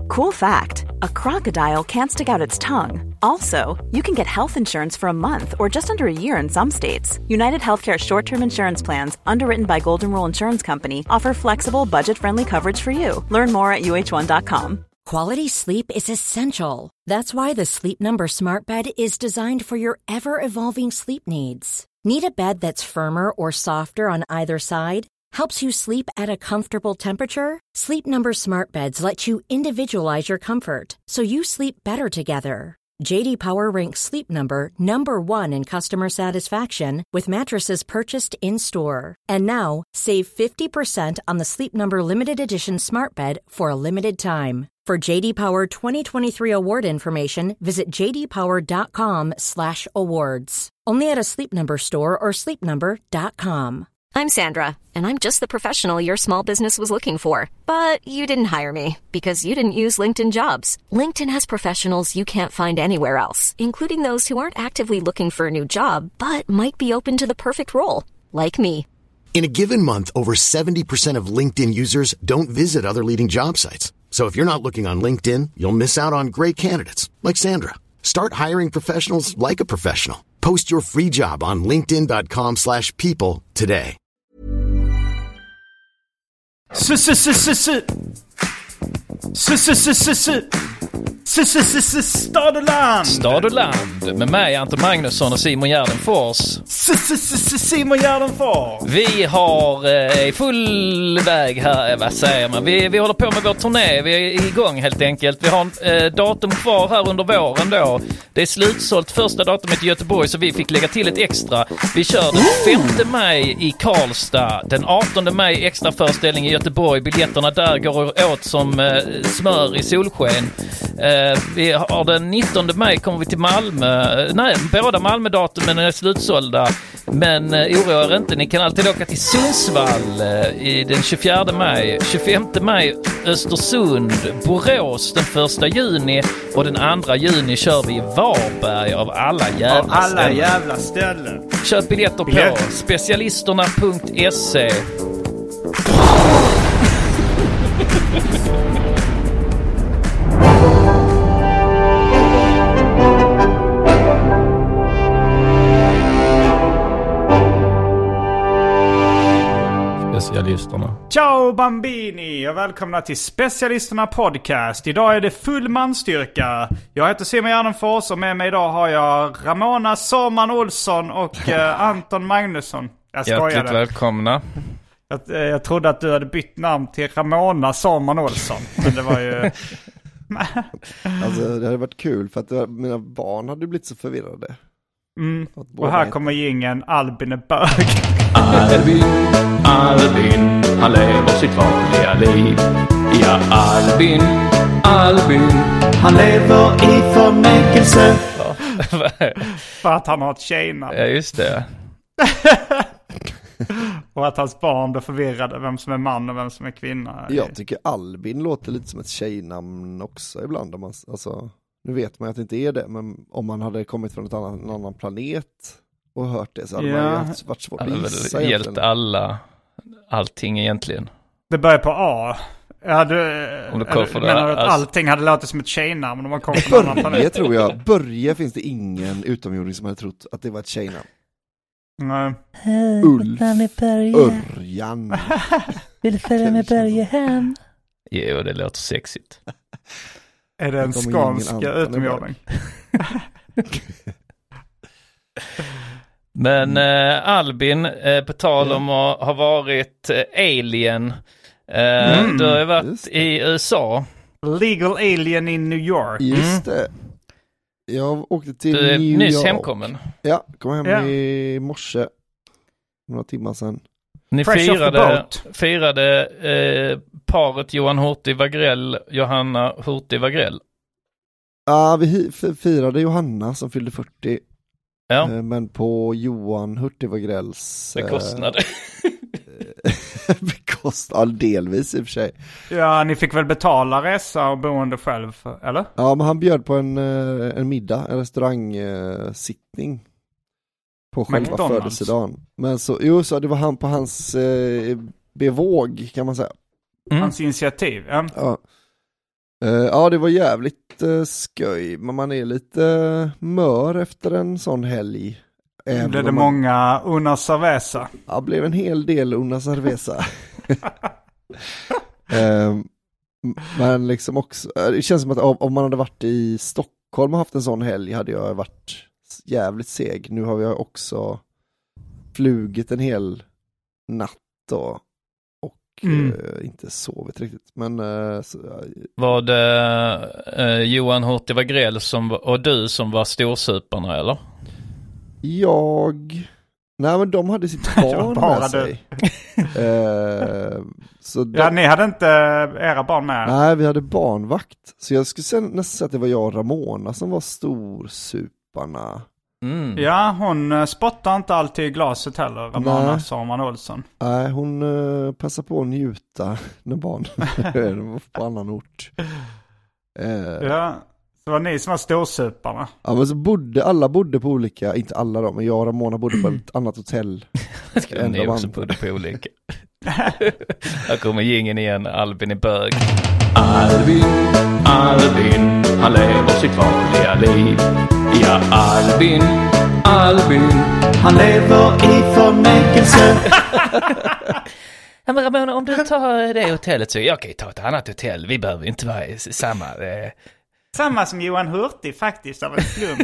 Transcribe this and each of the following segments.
Cool fact, a crocodile can't stick out its tongue. Also, you can get health insurance for a month or just under a year in some states. United Healthcare short-term insurance plans, underwritten by Golden Rule Insurance Company, offer flexible, budget-friendly coverage for you. Learn more at uh1.com. Quality sleep is essential. That's why the Sleep Number Smart Bed is designed for your ever-evolving sleep needs. Need a bed that's firmer or softer on either side? Helps you sleep at a comfortable temperature? Sleep Number Smart Beds let you individualize your comfort so you sleep better together. JD Power ranks Sleep Number number 1 in customer satisfaction with mattresses purchased in-store. And now, save 50% on the Sleep Number Limited Edition Smart Bed for a limited time. For JD Power 2023 award information, visit jdpower.com/awards. Only at a Sleep Number store or sleepnumber.com. I'm Sandra, and I'm just the professional your small business was looking for. But you didn't hire me because you didn't use LinkedIn Jobs. LinkedIn has professionals you can't find anywhere else, including those who aren't actively looking for a new job, but might be open to the perfect role, like me. In a given month, over 70% of LinkedIn users don't visit other leading job sites. So if you're not looking on LinkedIn, you'll miss out on great candidates, like Sandra. Start hiring professionals like a professional. Post your free job on linkedin.com/people today. Stad och land. Stad och land med mig Anton Magnusson och Simon Gärdenfors. Simon Gärdenfors. Vi har i full väg här, vad säger man? Vi håller på med vår turné. Vi är igång helt enkelt. Vi har datum kvar här under våren då. Det är slutsålt första datumet i Göteborg, så vi fick lägga till ett extra. Vi kör den 5 maj i Karlstad, den 18 maj extra föreställning i Göteborg. Biljetterna där går åt som smör i solsken. Vi har den 19 maj kommer vi till Malmö. Nej, båda Malmö-datumen är slutsålda. Men oroa er inte, ni kan alltid åka till Sundsvall i den 24 maj. 25 maj Östersund, Borås den 1 juni. Och den 2 juni kör vi i Varberg av alla jävla ställen. Köp biljetter på specialisterna.se. Specialisterna. Ciao bambini och välkomna till Specialisterna podcast. Idag är det full manstyrka. Jag heter Simon Gärdenfors och med mig idag har jag Ramona Sårman Olsson och Anton Magnusson. Jag skojade. Hjärtligt välkomna. Jag trodde att du hade bytt namn till Ramona Sårman Olsson. Men det var ju... Alltså det hade varit kul för att mina barn hade blivit så förvirrade. Och här kommer jingeln Albin är bög. Albin, han lever sitt vanliga liv. Ja, Albin, han lever i förnekelse. För att han har ett tjejnamn. Ja, just det. Och att hans barn blir förvirrade vem som är man och vem som är kvinna. Jag tycker Albin låter lite som ett tjejnamn också ibland. Om man, alltså, nu vet man att det inte är det, men om man hade kommit från en annan planet och hört det så hade man ju varit svårt att gissa. Det gällt allting egentligen. Det börjar på A. Menar du att allting hade låtit som ett tjejnamn om man kom från en annan planet? Tror jag. Börje finns det ingen utomjording som hade trott att det var ett tjejnamn. Nej. Ulf, Örjan. Vill du följa med Börje hem? Jo, det låter sexigt. Är det en skånsk utomjording? Men Albin, på tal om att ha varit alien, du har varit i USA. Legal alien i New York. Just det. Jag åkte till New York. Du är nyss hemkommen. Ja, kom hem i morse. Några timmar sedan. Ni firade paret Johan Hurtig Wagrell, Johanna Hurtig Wagrell. Ja, vi firade Johanna som fyllde 40. Ja. Men på Johan Hurtig Wagrells bekostnad. Bekostnad, delvis i och för sig. Ja, ni fick väl betala resa och boende själv, eller? Ja, men han bjöd på en middag, en restaurangsittning på själva födelsedagen. Men så det var han på hans bevåg, kan man säga. Hans initiativ, ja. Ja, det var jävligt skoj. Men man är lite mör efter en sån helg. Blev det många una cerveza? Ja, blev en hel del una cerveza. Men liksom också, det känns som att om man hade varit i Stockholm och haft en sån helg hade jag varit jävligt seg. Nu har vi också flugit en hel natt då. Inte sovit riktigt. Men var det Johan Hurtig Wagrell och du som var storsuparna, eller? Nej, men de hade sitt barn med sig. Så ni hade inte era barn med? Nej, vi hade barnvakt. Så jag skulle nästan säga att det var jag och Ramona som var storsuparna. Ja, hon spottar inte alltid i glaset heller, Ramona Sarman Olsson. Nej, hon passar på att njuta när barn var på annan ort. Ja, så var ni som var storsuparna. Ja, men så alla bodde på olika, inte alla då, men jag och Ramona bodde på ett annat hotell. Ni också bodde på olika. Här kommer gingen igen, Albin i bög. Albin, han lever sitt vanliga liv. Ja, Albin, han lever i förnekelse. Ja, men Ramona, om du tar det hotellet så jag kan ju ta ett annat hotell. Vi behöver inte vara samma. Samma som Johan Hurtig faktiskt, av en slump.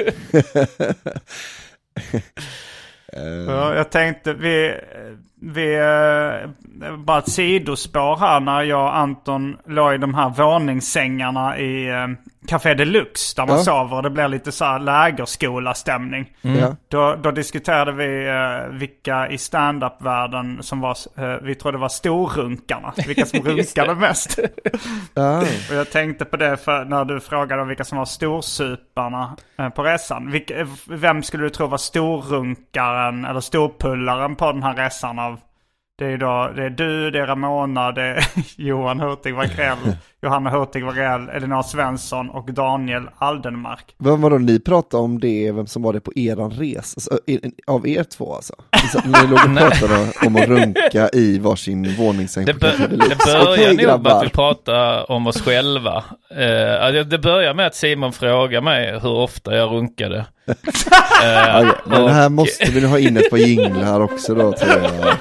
Jag tänkte vi bara ett sidospår här när jag och Anton låg i de här våningssängarna i Café Deluxe där man sover och det blir lite så här lägerskola-stämning. Då diskuterade vi vilka i stand-up-världen som var, vi trodde var storrunkarna, vilka som runkade mest. Och jag tänkte på det för när du frågade om vilka som var storsuparna på resan. Vem skulle du tro var storrunkaren eller storpullaren på den här resan av? Det är du, det är Ramona, det är Johan Hurtig Wagrell, Johanna Hurtig Wagrell, Elinor Svensson och Daniel Aldenmark. Vem var då ni pratade om det, vem som var det på eran resa? Alltså, av er två alltså? Ni låg och pratade om att runka i varsin våningssäng. Det börjar nog att vi pratar om oss själva. Det börjar med att Simon frågar mig hur ofta jag runkade. Men här måste vi ha in ett par jinglar här också då, tror jag.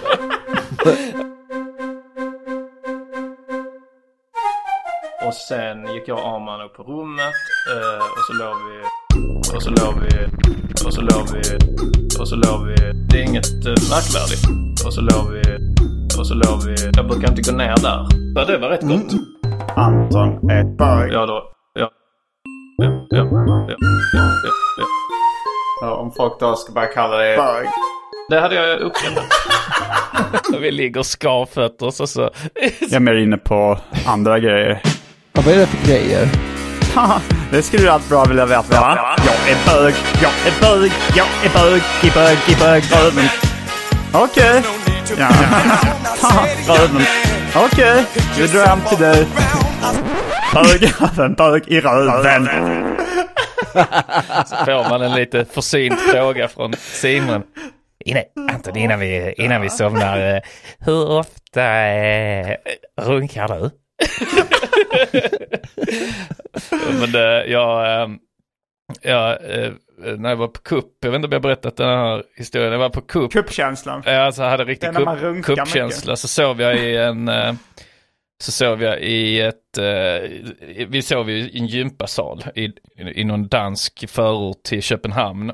Och sen gick jag och Arman upp på rummet och så låg vi. Det är inget märkvärdigt. Och så låg vi. Jag brukar inte gå ner där. Ja, det var rätt gott. Anton ett bög. Ja, om folk då ska bara kalla det bög. Det hade jag uppskattat. Vi ligger skavfötter så. Jag är mer inne på andra grejer. Ja, vad är det för grejer? Det skulle du allt bra vilja veta. Jag är bög. Okej. Ja. Röven. Okej. Vi drar hem till dig. Bög i röven. Så får man en lite försynt fråga från Simon. Anton, innan vi somnar, hur ofta runkar du? Men när jag var på kupp, jag vet inte om jag berättat den här historien, jag var på kupp. Kuppkänslan. Alltså jag hade riktigt kuppkänsla. Så sov jag vi sov i en gympasal i någon dansk förort till Köpenhamn.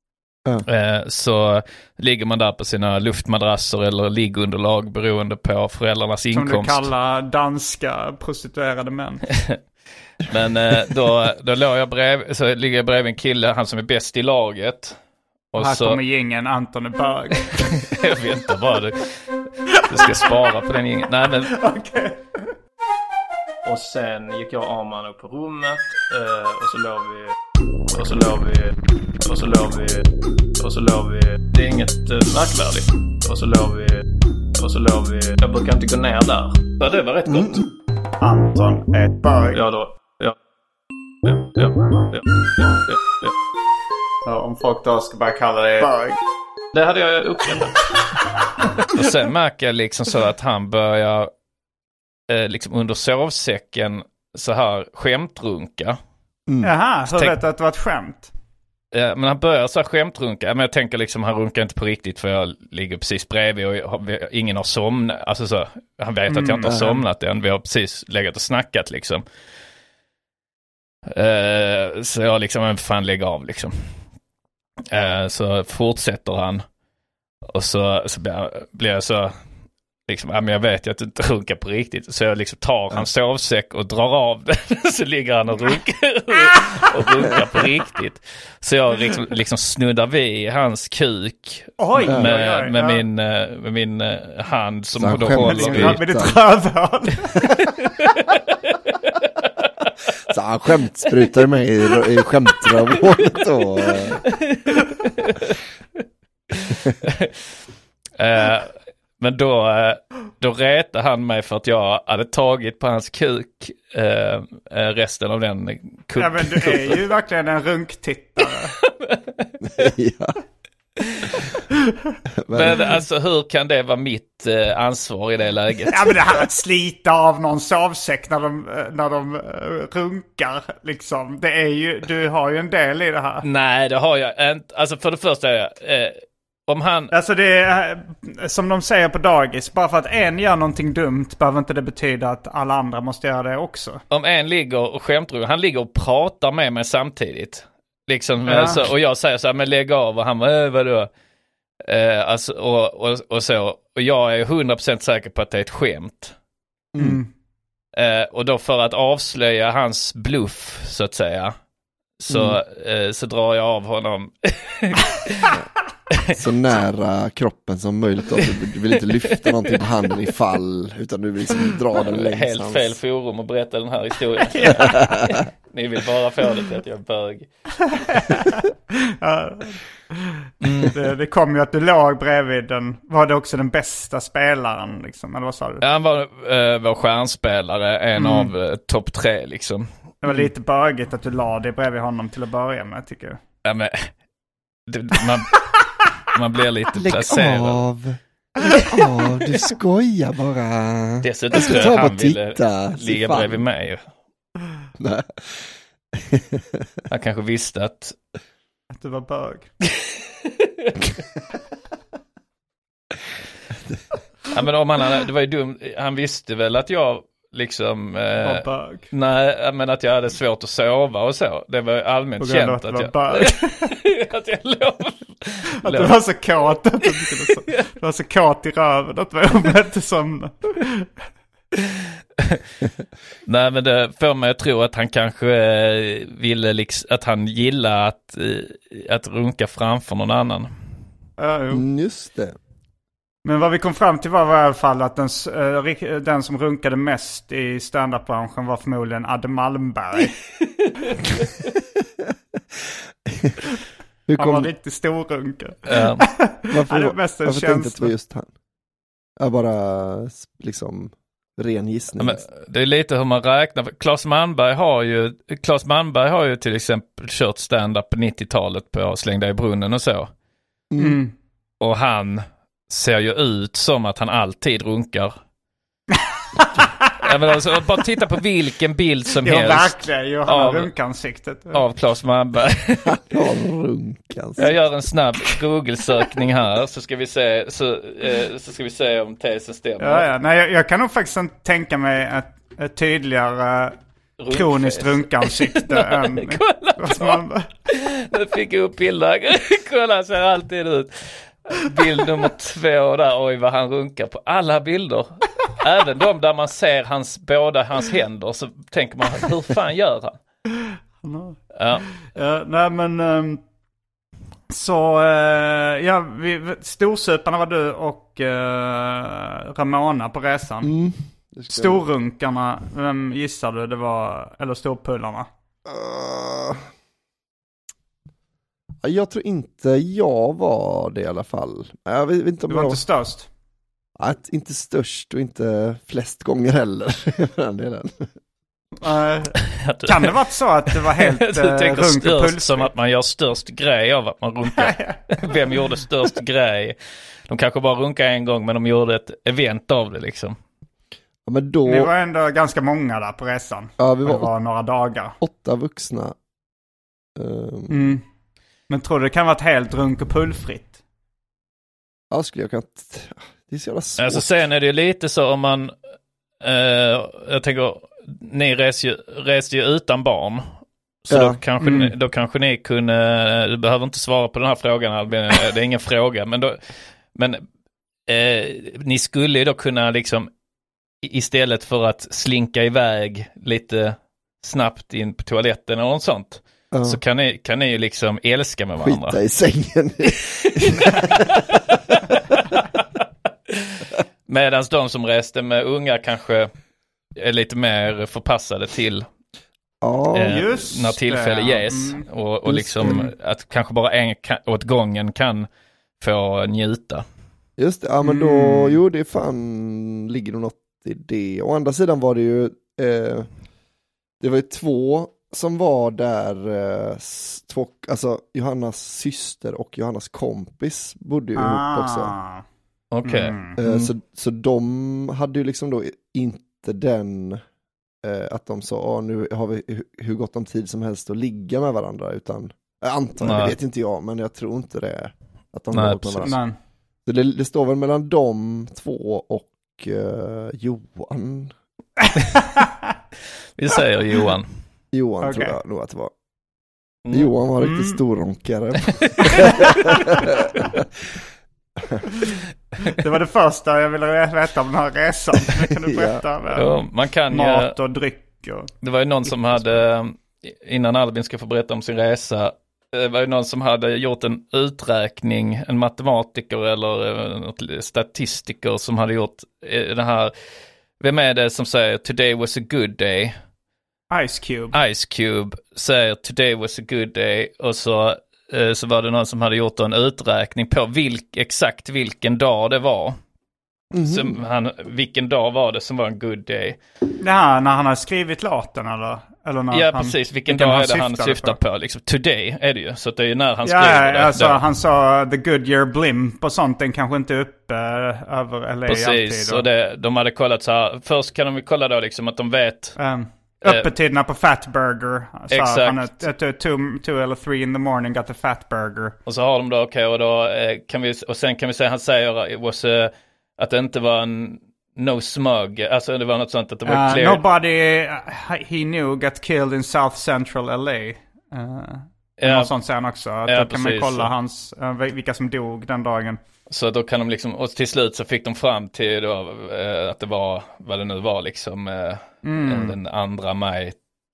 Så ligger man där på sina luftmadrasser eller liggunderlag beroende på föräldrarnas inkomst. Som du kallar danska prostituerade män. Men då ligger jag bredvid en kille, han som är bäst i laget. Och här så kommer gängen Anton är bög. Jag vet inte bara du ska spara på den gängen. Nej men okej. Och sen gick jag och Arman upp på rummet och så låg vi. Det är inget märkvärdigt. Och så låg vi. Jag brukar inte gå ner där. Ja, det var rätt gott. Anton ett bög. Ja. Om folk då ska bara kalla det bög. Det hade jag uppskattat. Och sen märker jag liksom så att han börjar liksom under sovsäcken så här skämtrunka. Jaha, så vet du att det var ett skämt? Men han börjar så här skämtrunka. Men jag tänker liksom, han runkar inte på riktigt för jag ligger precis bredvid och ingen har somnat. Alltså så, han vet att jag inte har somnat än. Vi har precis legat och snackat liksom. Så jag liksom, men fan lägga av liksom. Så fortsätter han. Och så blir jag så liksom, men jag vet ju att du inte runkar på riktigt. Så jag liksom tar hans sovsäck och drar av den. Så ligger han och runkar på riktigt. Så jag liksom snuddar vid hans kuk. Med min hand som då håller med ditt rövhål. Så han skämtsprutar mig i skämtrövhålet då. Men då rätade han mig för att jag hade tagit på hans kuk resten av den kuppen. Ja, men du är ju verkligen en runktittare. Ja. Men alltså, hur kan det vara mitt ansvar i det läget? Ja, men det här att slita av någon sovsäck när de runkar liksom. Det är ju, du har ju en del i det här. Nej, det har jag inte. Alltså för det första om han... Alltså det är som de säger på dagis, bara för att en gör någonting dumt behöver inte det betyda att alla andra måste göra det också. Om en ligger och skämtar, han ligger och pratar med mig samtidigt. Liksom, alltså, och jag säger så här, men lägg av, och han bara, vadå? Alltså, och så. Och jag är 100% säker på att det är ett skämt. Och då för att avslöja hans bluff, så att säga, så drar jag av honom så nära kroppen som möjligt. Du vill inte lyfta någonting på handen i fall, utan du vill liksom dra den längs helt hans... fel forum att berätta den här historien. Ni vill bara få det till att jag är bög. Det kom ju att du låg bredvid den. Var det också den bästa spelaren liksom? Eller vad sa du? Ja, han var vår stjärnspelare, en av topp 3 liksom. Det var lite bögigt att du la det bredvid honom till att börja med, tycker jag. Ja, men man blir lite placerad. Lägg av, du skojar bara. Dessutom tror jag han ville ligga bredvid mig. Nej. Han kanske visste att du var bög. Ja, men om det var ju dumt. Han visste väl att jag liksom var bög. Nej, men att jag hade svårt att sova och så. Det var allmänt känt att jag bög. att jag låg. Att du var så kåt att du var så kåt i röven att du inte somna. Nej, men det får mig att tro att han kanske ville att han gillar att runka framför någon annan. Just det. Men vad vi kom fram till var i alla fall att den som runkade mest i stand-up-branschen var förmodligen Adde Malmberg. Han var riktigt stor runkare. Varför tänkte att det var just han? Jag bara liksom ren gissning. Men det är lite hur man räknar. Claes Malmberg har ju till exempel kört stand-up på 90-talet på Slängda i brunnen och så. Och han ser ju ut som att han alltid runkar. Jag menar, alltså, bara titta på vilken bild som helst. Verkligen, han har runkansiktet. Av Claes Malmberg. Jag gör en snabb Google-sökning här, så ska vi se så ska vi se om tesen stämmer. Ja. Nej, jag kan nog faktiskt tänka mig ett tydligare kroniskt runkansikte än Claes Malmberg. Nu fick jag upp bilder. Kolla, ser alltid ut. Bild nummer 2 där, oj vad han runkar på alla bilder. Även de där man ser båda hans händer, så tänker man, hur fan gör han? Nej men storsuparna var du och Ramona på resan. Storrunkarna, vem gissar du det var, eller storpullarna? Jag tror inte jag var det i alla fall. Jag vet inte om du var inte störst? Inte störst och inte flest gånger heller. Den delen. Kan det vara så att det var helt du tänker runk och puls? Som att man gör störst grej av att man runkar. Vem gjorde störst grej? De kanske bara runkar en gång, men de gjorde ett event av det liksom. Ja, men då... Ni var ändå ganska många där på resan. Ja, det var några dagar. 8 vuxna. Men tror du det kan vara ett helt runk- och pullfritt? Ja, skulle jag kunna... Det är så jävla svårt. Alltså sen är det ju lite så om man... jag tänker, ni reste ju utan barn. Så då kanske ni kunde... Du behöver inte svara på den här frågan, Albin. Det är ingen fråga. Men ni skulle ju då kunna liksom... Istället för att slinka iväg lite snabbt in på toaletten eller något sånt. Så kan ni ju liksom älska med varandra. Skita i sängen. Medan de som reste med unga kanske är lite mer förpassade till när tillfälle ges. Och liksom att kanske bara en åt gången kan få njuta. Just det, ja men då, det fan ligger nog något i det. Å andra sidan var det ju det var ju 2 som var där, alltså Johannas syster och Johannas kompis bodde ju ihop också. Okej. Så de hade ju liksom då inte den att de sa nu har vi hur gott om tid som helst att ligga med varandra, utan jag antar, det vet inte jag, men jag tror inte det att de var med varandra. Så det står väl mellan de 2 och Johan. Vi säger Johan. Johan tror jag nog att det var. Johan var riktigt storronkare. Det var det första jag ville veta om den här resan. Kan du berätta? Man kan mat och dryck. Det var ju någon som hade, innan Albin ska få berätta om sin resa, det var ju någon som hade gjort en uträkning, en matematiker eller statistiker som hade gjort det här. Vem är det som säger today was a good day? Ice Cube säger today was a good day, och så var det någon som hade gjort en uträkning på exakt vilken dag det var. Vilken dag var det som var en good day? Ja, när han har skrivit låten eller när precis, vilken dag är det han syftar på liksom. Today är det ju, så det är ju när han skriver det. Alltså, han sa the Goodyear blimp och sånt, den kanske inte är uppe över LA precis, alltid. Och de hade kollat så här, först kan de kolla då liksom att de vet öppettiderna på Fatburger. Exakt. Han är 2 eller 3 in the morning got a Fatburger. Och så har de då och då sen kan vi säga, han säger att det inte var en no smug, alltså det var något sånt att det var clear. Nobody he knew got killed in South Central LA. Något sånt säger han också. Att då kan man kolla vilka som dog den dagen. Så då kan de liksom, och till slut så fick de fram till då, att det var, vad det nu var liksom, den 2 maj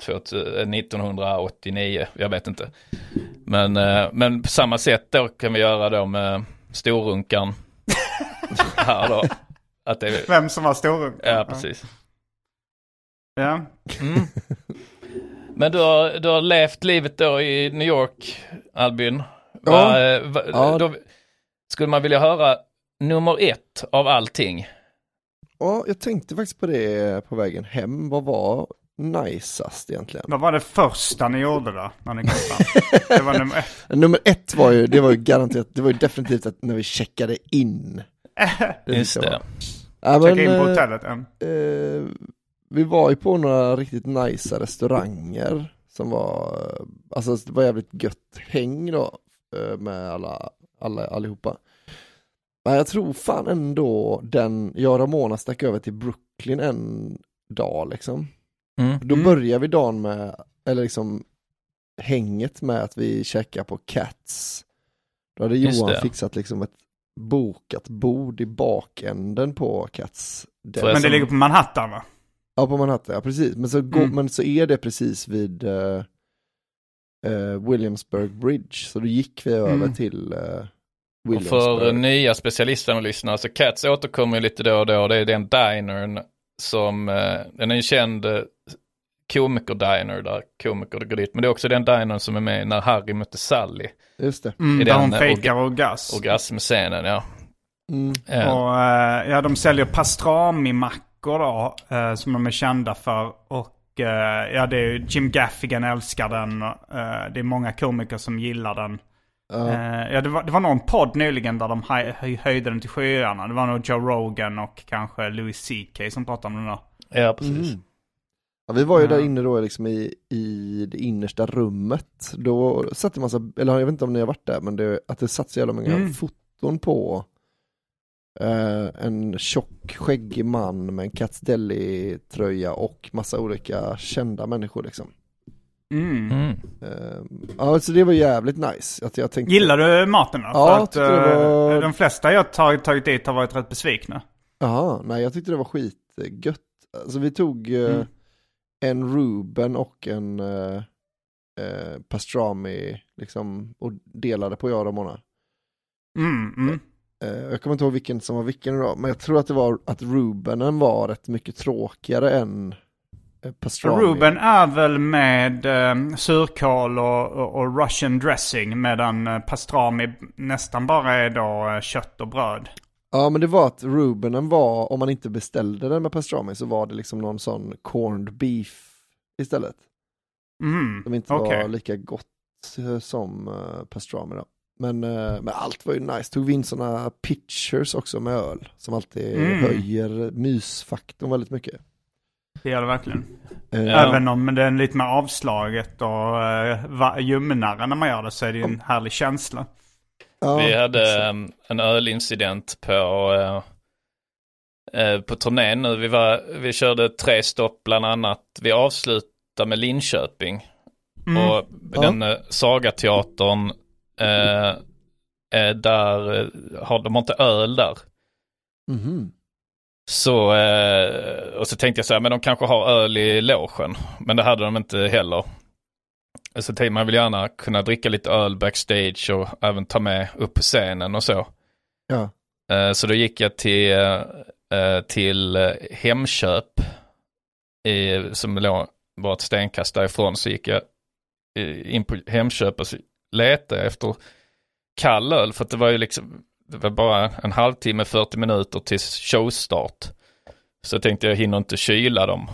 1989, jag vet inte. Men på samma sätt då kan vi göra då med storrunkan. Här då. Att det är... Vem som var storrunk. Ja, precis. Ja. Men du har levt livet då i New York, Albin. Då skulle man vilja höra nummer 1 av allting. Ja, jag tänkte faktiskt på det på vägen hem. Vad var najsast egentligen? Vad var det första ni gjorde då när ni kom fram? Det var nummer 1. Nummer 1 var ju, det var ju garanterat, det var ju definitivt att när vi checkade in. Just det. Checka in på hotellet. Vi var ju på några riktigt nice restauranger som var, alltså det var jävligt gött häng då med allihopa. Men jag tror fan ändå jag och Ramona stack över till Brooklyn en dag liksom. Då börjar vi dagen med, eller liksom hänget med att vi checkar på Cats. Då hade Johan fixat liksom ett bokat bord i bakänden på Cats. Men det ligger på Manhattan, va? Ja, på Manhattan, ja precis. Men så är det precis vid Williamsburg Bridge. Så då gick vi över till Williamsburg. Och för nya specialister och lyssnare, så Cats återkommer lite då och då. Det är den dinern som, den är en känd komikerdiner där komiker går dit. Men det är också den dinern som är med när Harry mötte Sally. Just det. Där hon fejkar orgasmscenen, ja. Och de säljer pastrami-mackor då, som de är kända för. Och det är Jim Gaffigan älskar den. Det är många komiker som gillar den. Ja, det var någon podd nyligen där de höjde den till skyarna. Det var nog Joe Rogan och kanske Louis C.K. som pratade om den där. Ja, precis. Ja, vi var ju där inne då liksom i det innersta rummet. Då satt det massa, eller jag vet inte om ni har varit där, men att det satt så jävla många foton på en tjock, skäggig man med en Cats Deli-tröja och massa olika kända människor liksom. Ja, så det var jävligt nice. Att jag tänkte... Gillar du maten då? Ja, för att de flesta jag tagit dit har varit rätt besvikna. Jaha, nej jag tyckte det var skitgött. Alltså vi tog en Reuben och en pastrami liksom, och delade på jag och Ramona. Jag kommer inte ihåg vilken som var vilken då, men jag tror att det var att Reubenen var rätt mycket tråkigare än pastrami. Reuben är väl med surkål och Russian dressing, medan pastrami nästan bara är då kött och bröd. Ja, men det var att Reubenen var, om man inte beställde den med pastrami så var det liksom någon sån corned beef istället. Som inte var lika gott som pastrami då. Men allt var ju nice. Tog vi in såna pitchers också med öl som alltid höjer mysfaktorn väldigt mycket. Det gör det verkligen. Även om det är lite mer avslaget och ljumnare när man gör det, så är det ju en härlig känsla. Ja, vi hade en ölincident på turnén nu. Vi körde 3 stopp bland annat. Vi avslutade med Linköping. Och den Sagateatern där de har inte öl där. Så och så tänkte jag så här, men de kanske har öl i logen, men det hade de inte heller. Så tänkte man vill gärna kunna dricka lite öl backstage och även ta med upp på scenen och så. Ja. Så då gick jag till Hemköp som låg bara ett stenkast därifrån. Så gick jag in på Hemköp och så letade efter kall öl, för att det var ju liksom, det var bara en halvtimme, 40 minuter till showstart. Så jag tänkte jag hinner inte kyla dem.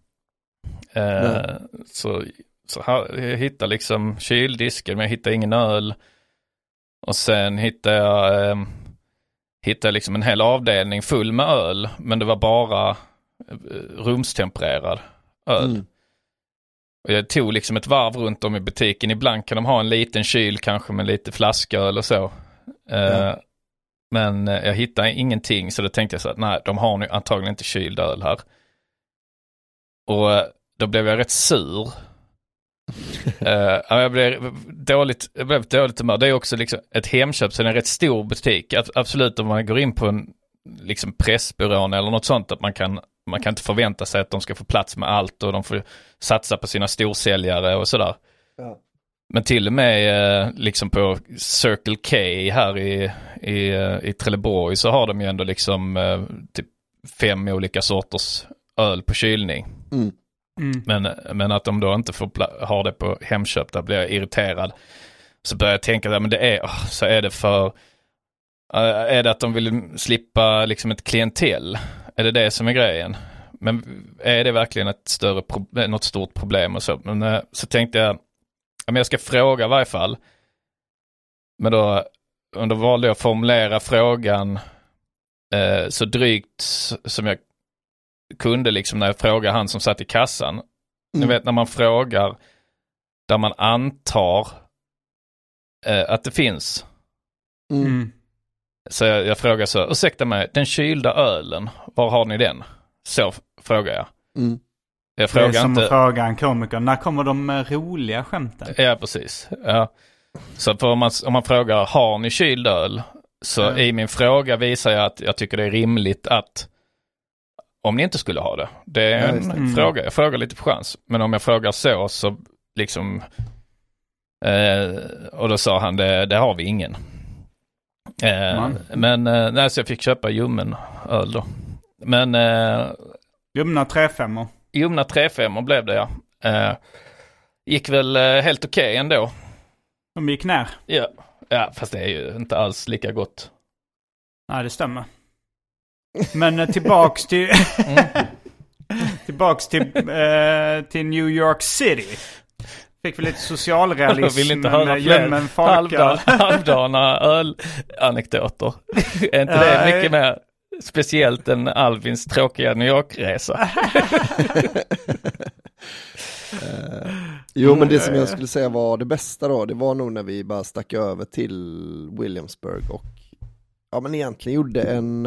Så jag hittade liksom kyldisken, men jag hittade ingen öl. Och sen hittade jag liksom en hel avdelning full med öl, men det var bara rumstempererad öl. Och jag tog liksom ett varv runt om i butiken. Ibland kan de ha en liten kyl kanske med lite flasköl och så. Men jag hittade ingenting, så då tänkte jag så att nej, de har nu antagligen inte kyld öl här. Och då blev jag rätt sur. Jag blev dåligt humör. Det är också liksom ett Hemköp, så det är en rätt stor butik. Absolut, om man går in på en liksom pressbyrån eller något sånt, att man kan inte förvänta sig att de ska få plats med allt och de får satsa på sina storsäljare och sådär. Ja. Men till och med liksom på Circle K här i Trelleborg så har de ju ändå liksom typ 5 olika sorters öl på kylning. Men att de då inte får ha det på Hemköp, där blir jag irriterad. Så börjar jag tänka, men det är så är det för är det att de vill slippa liksom ett klientel? Är det som är grejen? Men är det verkligen något stort problem och så? Men så tänkte jag ska fråga i varje fall. Men då valde jag att formulera frågan så drygt som jag kunde liksom, när jag frågade han som satt i kassan. Ni vet när man frågar där man antar att det finns. Så jag frågar så, ursäkta mig, den kylda ölen, var har ni den? Så frågar jag. Jag frågar det är som inte... att fråga en komiker, när kommer de roliga skämten? Ja, precis. Ja. Så för om man frågar, har ni kyld öl? Så i min fråga visar jag att jag tycker det är rimligt att om ni inte skulle ha det. Det är en fråga. Jag frågar lite på chans. Men om jag frågar så liksom och då sa han, det har vi ingen. Men så jag fick köpa ljummen öl då. Men ljumna 3-5. Ljumna 3-5 blev det, ja. Gick väl helt okej ändå. De gick ner. Ja, fast det är ju inte alls lika gott. Nej, det stämmer. Men tillbaks till tillbaks till New York City. Fick vi lite socialrealism. Jag vill inte höra fler halvdana ölanekdoter. Är inte det mycket mer speciellt än Albins tråkiga New York-resa? Jo, men det som jag skulle säga var det bästa då, det var nog när vi bara stack över till Williamsburg och men egentligen gjorde en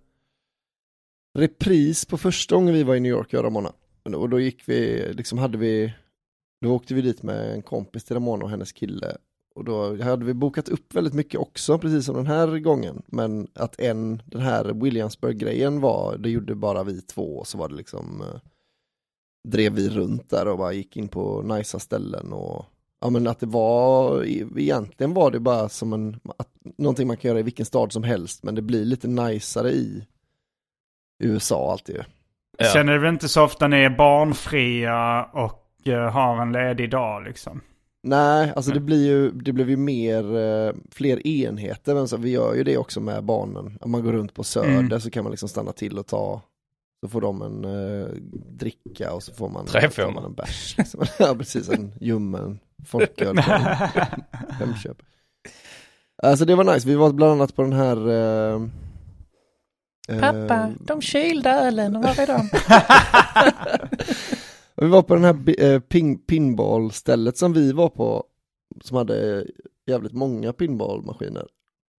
repris på första gången vi var i New York, Ramona. Och då gick vi, då åkte vi dit med en kompis till Ramona och hennes kille. Och då hade vi bokat upp väldigt mycket också, precis som den här gången. Men att den här Williamsburg-grejen det gjorde bara vi två. Och så var det drev vi runt där och bara gick in på nice ställen. Och men att det egentligen var det bara som någonting man kan göra i vilken stad som helst. Men det blir lite najsare i USA alltid. Ja. Känner du väl inte så ofta ni är barnfria och har en ledig dag liksom? Nej, alltså det blev ju fler enheter, men så vi gör ju det också med barnen. Om man går runt på Söder så kan man stanna till och så får de en dricka och så får man en bärs. Liksom. Ja, precis, en ljummen folköl. Hemköp. Alltså det var nice, vi var bland annat på den här pappa, de kylda ölen, var är de? Vi var på den här pinball-stället som vi var på, som hade jävligt många pinballmaskiner.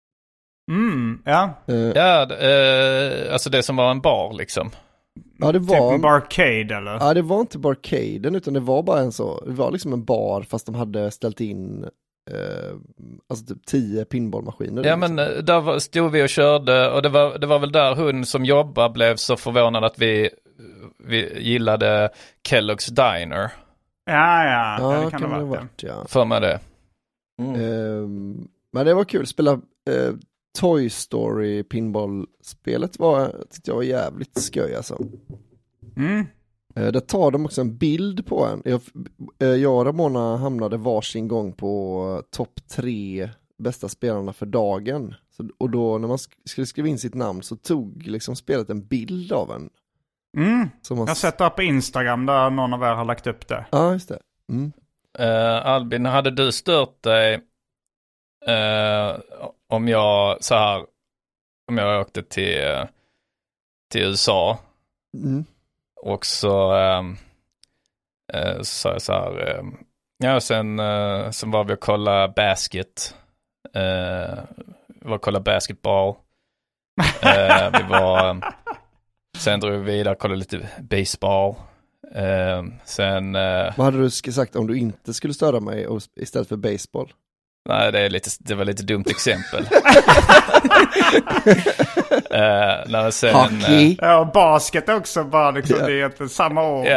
Alltså det som var en bar liksom. Ja, det var typ en barcade eller? Ja, det var inte barcaden utan det var bara det var liksom en bar fast de hade ställt in typ 10 pinballmaskiner. Ja, men där stod vi och körde och det var väl där hon som jobbar blev så förvånad att vi gillade Kellogg's Diner. Ja, det kan det vara. Ja. För mig det. Men det var kul att spela Toy Story pinball-spelet tyckte jag var jävligt skoj alltså. Där tar de också en bild på en. Jag och Ramona hamnade varsin gång på topp 3 bästa spelarna för dagen. Och då när man skulle skriva in sitt namn så tog spelet en bild av en. Jag har sett det på Instagram där någon av er har lagt upp det. Ja, just det. Albin, hade du stört dig om jag åkte till USA och så sa jag så här sen var vi och kolla basket basketball. Sen drog vi vidare och kollade lite baseball. Vad hade du sagt om du inte skulle störa mig istället för baseball? Nej, det var lite dumt exempel. Hockey. Ja, basket också bara det är inte samma år.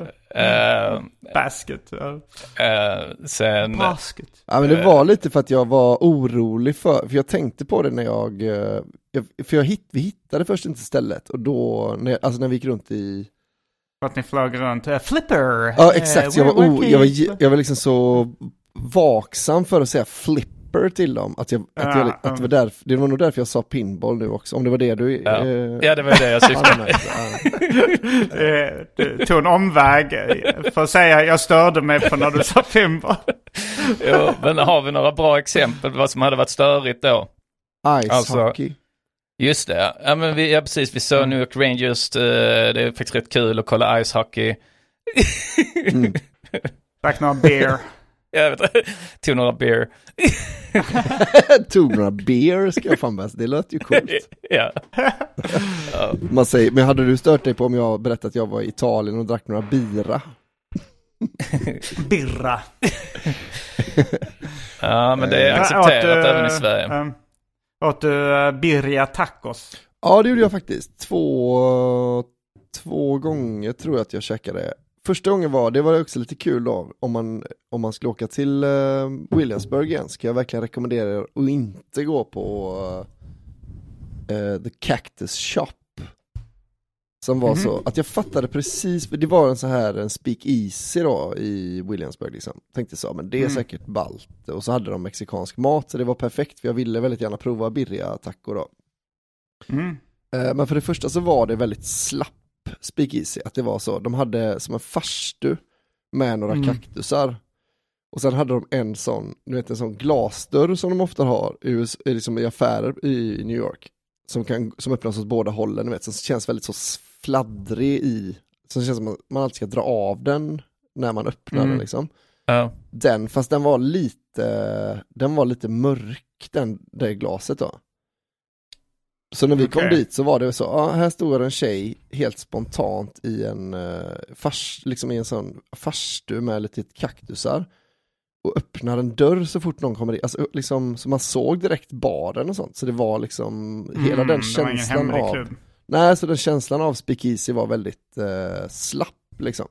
Basket. Basket. Ja, men det var lite för att jag var orolig för jag tänkte på det när vi hittade först inte stället och då när vi gick runt i att ni flög runt Flipper. Ja, exakt. Jag var liksom så vaksam för att säga Flipper till dem att det var nog därför jag sa pinball nu också. Om det var det du ja, det var det jag syftade. Du tog en omväg för att säga jag störde mig på när du sa pinball. Jo, men har vi några bra exempel på vad som hade varit störigt då? Ice hockey. Just det. Ja, men vi såg New York Rangers. Det är faktiskt rätt kul att kolla ice hockey. Drack några beer. Jag vet inte. Tog några beer. Tog några beer ska jag fan bäst. Det låter ju coolt. Ja. Man säger, men hade du stört dig på om jag berättade att jag var i Italien och drack några bira? Birra. Ja, men det är accepterat även i Sverige. Åt du birria tacos? Ja, det gjorde jag faktiskt. Två gånger tror jag att jag käkade. Första gången det var också lite kul då. Om man skulle åka till Williamsburg igen ska jag verkligen rekommendera er att inte gå på The Cactus Shop. Som var så att jag fattade precis, det var en speakeasy då i Williamsburg liksom. Tänkte så, men det är säkert ballt. Och så hade de mexikansk mat så det var perfekt för jag ville väldigt gärna prova birria taco då. Men för det första så var det väldigt slapp speakeasy, att det var så. De hade som en farstu med några kaktusar. Och sen hade de en sån glasdörr som de ofta har liksom i affärer i New York. Som öppnas åt båda hållen, ni vet. Som känns väldigt så fladdrig i. Som känns som att man alltid ska dra av den när man öppnar den liksom. Fast den var lite mörk, det glaset då. Så när vi kom dit så var det så, här stod en tjej helt spontant i en liksom i en sån farstu med lite kaktusar och öppnar en dörr så fort någon kommer in. Alltså liksom, så man såg direkt baren och sånt. Så det var liksom hela den känslan av... Klubb. Nej, så den känslan av Speakeasy var väldigt slapp liksom.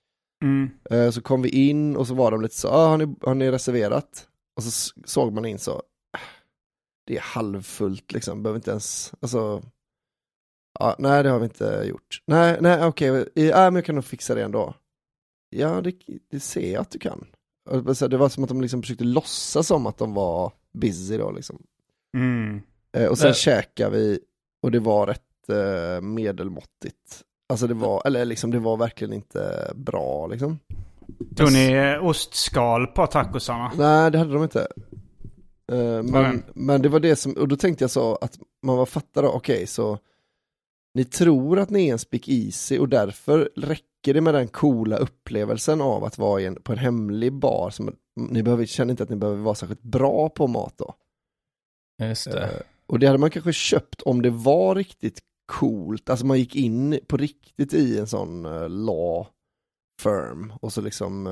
Så kom vi in och så var de lite så, har ni reserverat? Och så såg man in så, det är halvfullt liksom, behöver inte ens, alltså, nej det har vi inte gjort. Nej, okej, men jag kan nog fixa det ändå. Ja, det ser jag att du kan. Det var som att de liksom försökte låtsas som att de var busy då liksom. Och sen käkade vi och det var rätt medelmåttigt. Alltså det var verkligen inte bra liksom. Tog ni ostskal på tacosarna? Nej, det hade de inte. Men det var det som, och då tänkte jag så att man var fattare, okej, så ni tror att ni är en speakeasy och därför räcker det med den coola upplevelsen av att vara på en hemlig bar som ni känner inte att ni behöver vara särskilt bra på mat då. Just det. Och det hade man kanske köpt om det var riktigt coolt, alltså man gick in på riktigt i en sån law firm och så liksom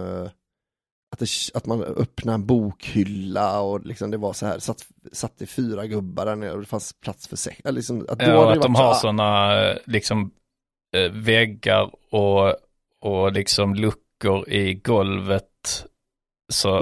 att man öppnar en bokhylla och liksom det var så här satt det 4 gubbar där nere och det fanns plats för 6 liksom, att de har såna liksom väggar och liksom luckor i golvet så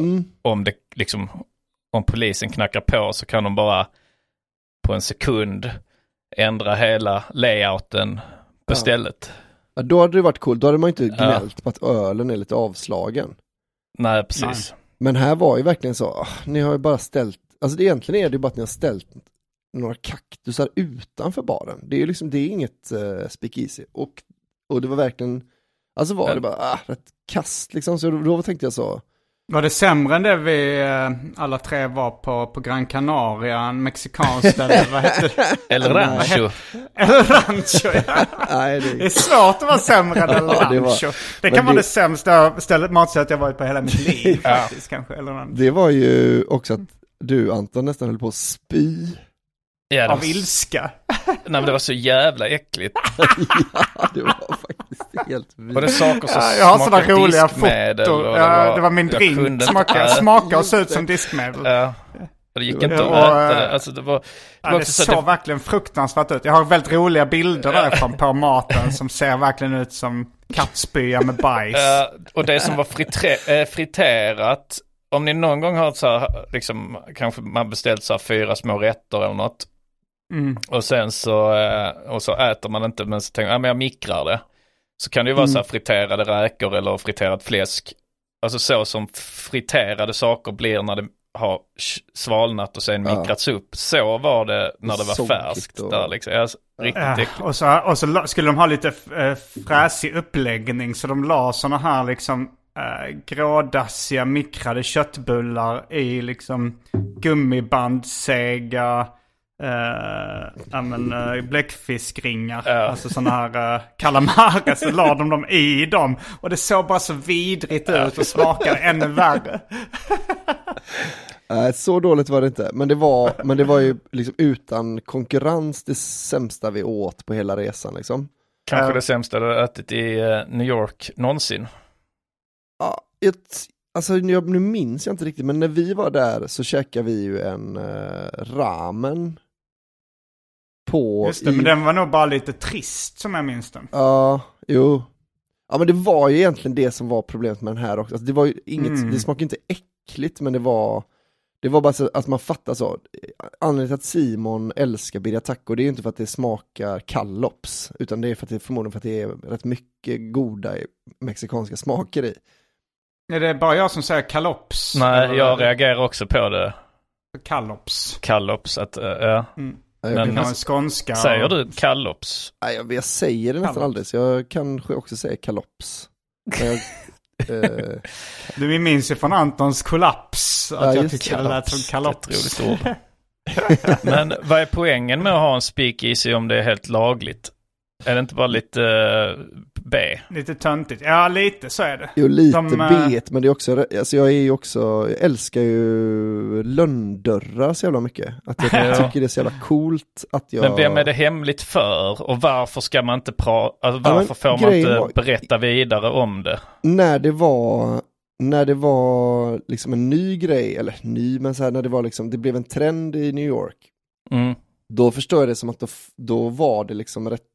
om polisen knackar på så kan de bara på en sekund ändra hela layouten på stället. Ja, då hade det varit coolt. Då hade man inte gnällt på att ölen är lite avslagen. Nej, precis. Nej. Men här var ju verkligen så, ni har ju bara ställt, alltså egentligen är det ju bara att ni har ställt några kaktusar utanför baren. Det är ju liksom, det är inget speakeasy. Och det var verkligen, alltså var det bara rätt kast liksom. Så då tänkte jag så. Var det sämre än det vi alla 3 var på Gran Canaria, en mexikansk ställe, vad hette det? El Rancho. El Rancho, ja. Nej, det är svårt att vara sämre än El Rancho. Det kan vara det sämsta matstället jag varit på hela mitt liv faktiskt, kanske. El Rancho. Det var ju också att du, Anton, nästan höll på att spy. Ja, av ilska. Nej, men det var så jävla äckligt. Ja, det var faktiskt helt vilt. Var det saker som jag har sådana roliga foton. Det var min drink. Smaka och se ut som diskmedel. Ja. Det gick inte att äta. Alltså, det såg verkligen fruktansvärt ut. Jag har väldigt roliga bilder därifrån på maten som ser verkligen ut som kattspya med bajs. Och det som var friterat, om ni någon gång har så här, liksom, kanske man beställt så här 4 små rätter eller något. Och sen så äter man inte, men så tänker jag, men jag mikrar det. Så kan det ju vara så här friterade räkor eller friterat fläsk. Alltså så som friterade saker blir när det har svalnat och sen mikrats upp. Så var det när det var färskt. Där, liksom. Riktigt och så skulle de ha lite fräsig uppläggning, så de la såna här liksom grådassiga mikrade köttbullar i liksom gummibandsäga bläckfiskringar, alltså såna här kalamarer, så la de dem i dem och det såg bara så vidrigt ut och smakade ännu värre. Så dåligt var det inte, men det var ju liksom utan konkurrens det sämsta vi åt på hela resan liksom. Kanske det sämsta du har ätit i New York någonsin. Ja, nu minns jag inte riktigt, men när vi var där så käkade vi ju en ramen på... Just det, men den var nog bara lite trist som jag minns den. Ja, jo. Ja, men det var ju egentligen det som var problemet med den här också. Alltså, det var ju inget, det smakade inte äckligt, men det var bara så att man fattar så. Anledningen till att Simon älskar birria taco, det är ju inte för att det smakar kallops, utan det är förmodligen för att det är rätt mycket goda mexikanska smaker i. Är det bara jag som säger kallops? Nej, jag reagerar också på det. Kallops, att men skånska. Säger du kallops? Nej, jag säger det nästan aldrig, så jag kanske också säger kalops. Du minns ju från Antons kollaps att jag tyckte det lät som kalops. Men vad är poängen med att ha en speakeasy om det är helt lagligt? Är det inte bara lite B? Lite töntigt. Ja, lite så är det. Jo, lite B, men det är också, alltså jag älskar ju lönndörrar så jävla mycket. Att jag tycker det är så jävla coolt att jag... Men vem är det hemligt för? Och varför ska man inte varför får man inte berätta vidare om det? När det var liksom en ny grej, eller ny, men så här, när det var liksom, det blev en trend i New York. Då förstår jag det som att då var det liksom rätt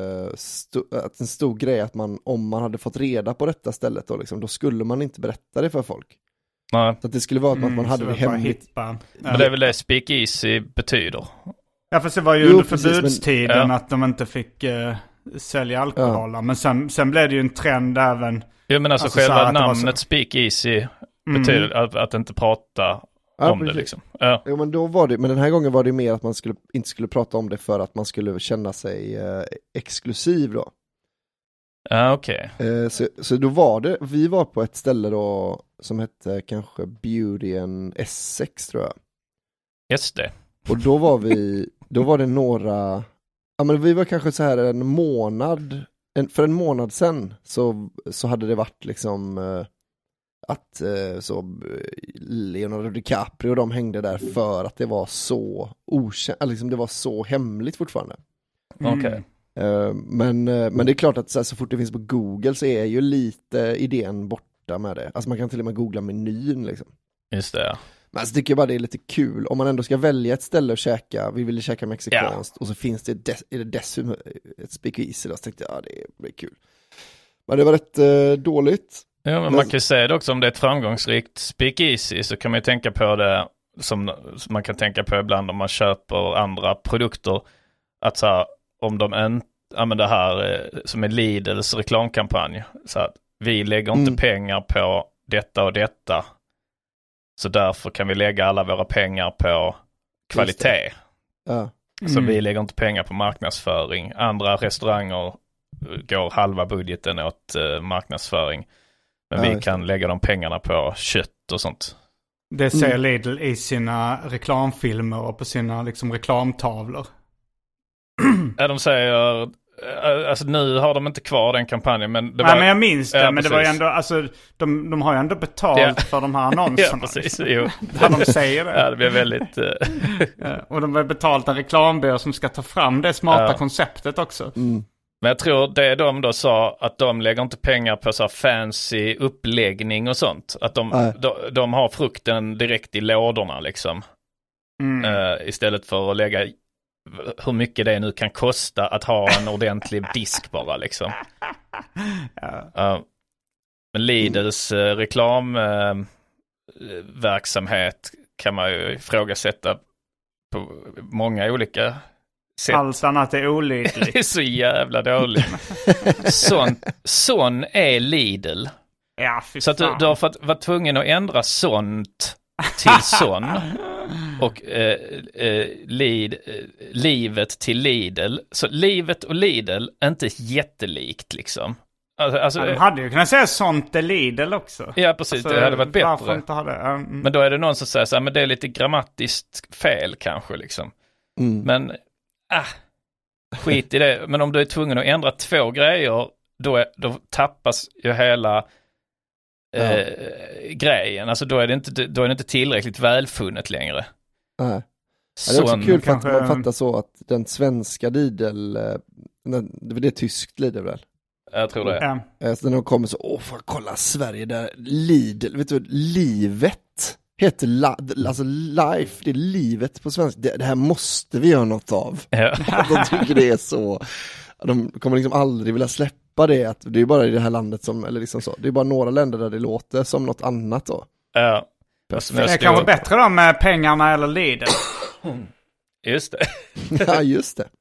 att en stor grej att om man hade fått reda på detta stället då skulle man inte berätta det för folk. Nej. Så att det skulle vara att man hade det hemligt. Men det är väl det speakeasy betyder. Ja, fast det var ju under förbudstiden att de inte fick sälja alkohol. Ja. Men sen blev det ju en trend även. Jo, men alltså själva namnet speakeasy betyder att inte prata om det liksom. Ja. Jo, men då var det, men den här gången var det mer att man inte skulle prata om det för att man skulle känna sig exklusiv då. Ja, okej. Så då var det, vi var på ett ställe då som hette kanske Beauty and Essex, tror jag. Just det. Och då var det några, ja men vi var kanske så här för en månad sedan så hade det varit liksom att Leonardo DiCaprio och de hängde där för att det var så liksom det var så hemligt fortfarande. Okej. Men det är klart att så fort det finns på Google så är ju lite idén borta med det. Alltså man kan till och med googla menyn liksom. Just det, ja. Men jag tycker bara det är lite kul. Om man ändå ska välja ett ställe att käka, vi ville käka mexikanskt och så finns det dessutom ett speakeasy, så tänkte jag det blir kul. Men det var rätt dåligt. Ja, men man kan ju säga det också, om det är ett framgångsrikt speakeasy så kan man ju tänka på det som man kan tänka på ibland om man köper andra produkter. Att så här, om de inte använder det här som är Lidls reklamkampanj, så att vi lägger inte pengar på detta och detta, så därför kan vi lägga alla våra pengar på kvalitet. Ja. Så vi lägger inte pengar på marknadsföring. Andra restauranger går halva budgeten åt marknadsföring. Men vi kan lägga de pengarna på kött och sånt. Det säger Lidl i sina reklamfilmer och på sina liksom reklamtavlor. Ja, de säger... Alltså nu har de inte kvar den kampanjen, men det var... Nej, men jag minns det, ja, men det var ju ändå, alltså de har ju ändå betalt för de här annonserna. Ja, precis, jo. Där de säger det. Ja, det blir väldigt... och de har betalt en reklambyrå som ska ta fram det smarta konceptet också. Men jag tror det de då sa, att de lägger inte pengar på så här fancy uppläggning och sånt. Att de har frukten direkt i lådorna liksom. Istället för att lägga hur mycket det nu kan kosta att ha en ordentlig disk bara liksom. Men Lidls reklamverksamhet kan man ju ifrågasätta på många olika sätt. Allt annat är olidligt. Det är så jävla dåligt. Sån är Lidl. Ja, så att du har varit tvungen att ändra sånt till sån. Och livet till Lidl. Så livet och Lidl är inte jättelikt liksom. Alltså, de hade ju kunnat säga sånt är Lidl också. Ja, precis. Alltså, det hade varit bättre. Inte ha det? Men då är det någon som säger så här, men det är lite grammatiskt fel kanske liksom. Men skit i det. Men om du är tvungen att ändra 2 grejer, då tappas ju hela grejen. Alltså då är det inte tillräckligt välfunnet längre. Nej. Det är också kul för att man fattar så att den svenska Lidl, det är tyskt Lidl väl? Jag tror det. Så när de kommer så, får jag kolla Sverige där, Lidl, vet du, livet heter alltså life, det är livet på svenska. Det här måste vi göra något av. Ja. De tycker det är så, de kommer liksom aldrig vilja släppa det, att det är bara i det här landet som, eller liksom så, det är bara några länder där det låter som något annat då. Ja. Det kan vara bättre då med pengarna eller Lidl. Just det. Ja, just det.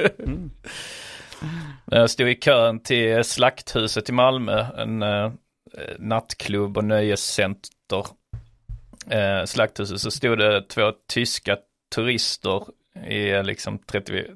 Jag stod i kön till Slakthuset i Malmö, en nattklubb och nöjescenter. Slakthuset, så stod det 2 tyska turister i liksom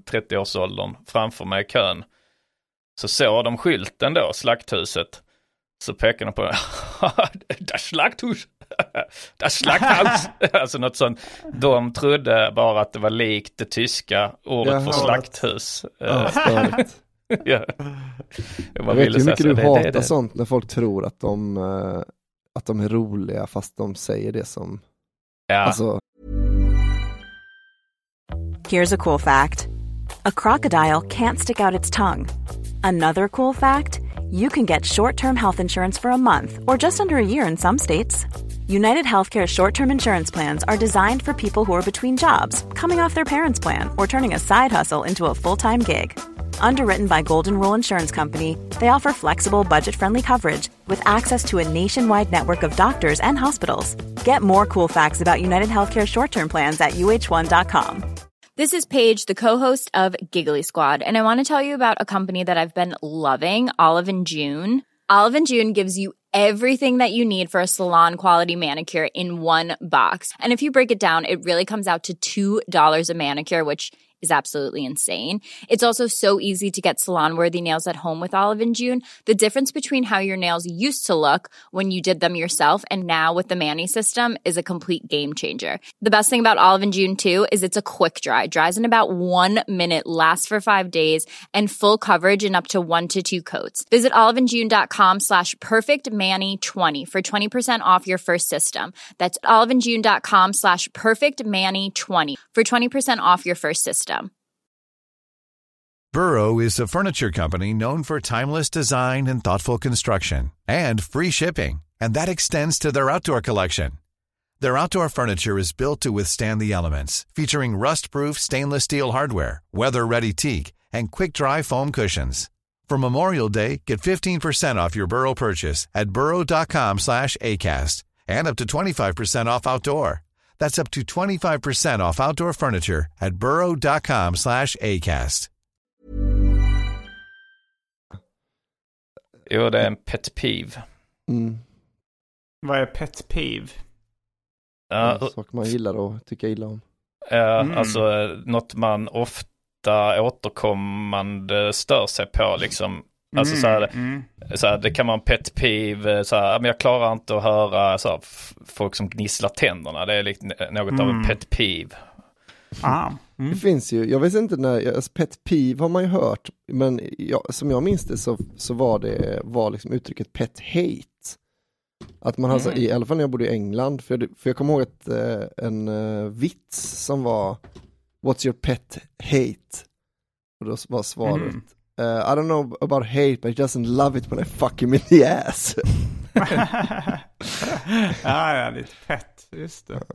30-årsåldern framför mig i kön. Så såg de skylten då, Slakthuset. Så pekar de på das Schlachthus. Das Schlachthaus. Alltså något sånt. De trodde bara att det var likt det tyska ordet för slakthus. Ja, störigt. Ja. Jag vet ju hur mycket du hatar sånt när folk tror att de är roliga fast de säger det som... Ja. Alltså... Here's a cool fact. A crocodile can't stick out its tongue. Another cool fact, you can get short-term health insurance for a month or just under a year in some states. United Healthcare short-term insurance plans are designed for people who are between jobs, coming off their parents' plan, or turning a side hustle into a full-time gig. Underwritten by Golden Rule Insurance Company, they offer flexible, budget-friendly coverage with access to a nationwide network of doctors and hospitals. Get more cool facts about United Healthcare short-term plans at uh1.com. This is Paige, the co-host of Giggly Squad, and I want to tell you about a company that I've been loving, Olive & June. Olive & June gives you everything that you need for a salon-quality manicure in one box. And if you break it down, it really comes out to $2 a manicure, which is absolutely insane. It's also so easy to get salon-worthy nails at home with Olive & June. The difference between how your nails used to look when you did them yourself and now with the Mani system is a complete game changer. The best thing about Olive & June, too, is it's a quick dry. Dries in about 1 minute, lasts for 5 days, and full coverage in up to 1 to 2 coats. Visit oliveandjune.com/perfectmani20 for 20% off your first system. That's oliveandjune.com/perfectmani20 for 20% off your first system. Burrow is a furniture company known for timeless design and thoughtful construction, and free shipping, and that extends to their outdoor collection. Their outdoor furniture is built to withstand the elements, featuring rust-proof stainless steel hardware, weather-ready teak, and quick-dry foam cushions. For Memorial Day, get 15% off your Burrow purchase at burrow.com/acast, and up to 25% off outdoor. That's up to 25% off outdoor furniture at burrow.com/acast. Jo, det är en pet peeve. Mm. Vad är pet peeve? Ja, saker man gillar och tycker illa om. Alltså något man ofta återkommande stör sig på liksom. Alltså så här, det kan vara en pet peeve så här, men jag klarar inte att höra så här, folk som gnisslar tänderna. Det är något av en pet peeve. Det finns ju, jag vet inte när pet peeve har man ju hört, men som jag minns det så var liksom uttrycket pet hate. Att man alltså, i alla fall när jag bodde i England, för jag kommer ihåg en vits som var what's your pet hate? Och då var svaret I don't know about hate, but he doesn't love it when I fuck him in the ass. Ja, lite pet, just det.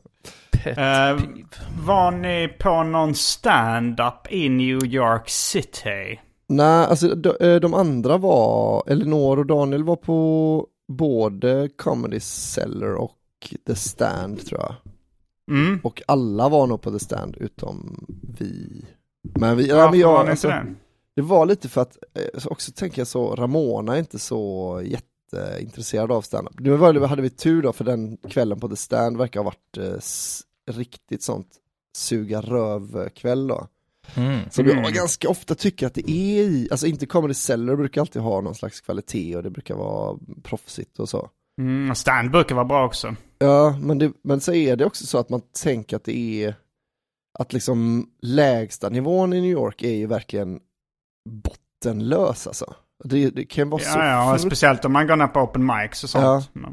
Var ni på någon stand-up i New York City? Nej, alltså de andra var, Elinor och Daniel var på både Comedy Cellar och The Stand, tror jag. Och alla var nog på The Stand utom vi. Men vi, varför var ni alltså, inte det? Det var lite för att, också tänker jag så, Ramona är inte så jätteintresserad av stand-up. Nu hade vi tur då, för den kvällen på The Stand verkar ha varit riktigt sånt suga röv-kväll då. Så jag ganska ofta tycker att det är alltså inte Comedy Cellar brukar alltid ha någon slags kvalitet och det brukar vara proffsigt och så. Stand brukar vara bra också. Ja, men så är det också så att man tänker att det är att liksom lägsta nivån i New York är ju verkligen bottenlös alltså. Det kan vara så. Ja, speciellt om man går ner på open mics och sånt. Ja.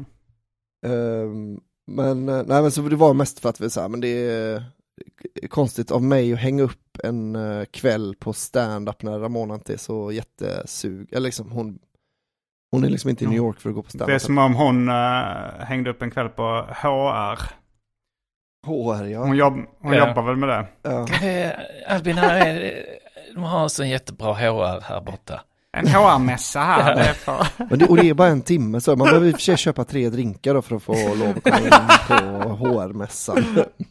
Men så det var mest för att vi sa, men det är konstigt av mig att hänga upp en kväll på stand-up när Ramona inte är så jättesug. Eller liksom hon är liksom inte i New York för att gå på stand-up. Det är som om hon hängde upp en kväll på HR. HR, ja. Hon jobbar väl med det. Ja. Albin, de har så jättebra HR här borta. En HR-mässa här. Det är och det är bara en timme, så man behöver i och för sig köpa 3 drinkar då för att få lov att komma in på HR-mässan.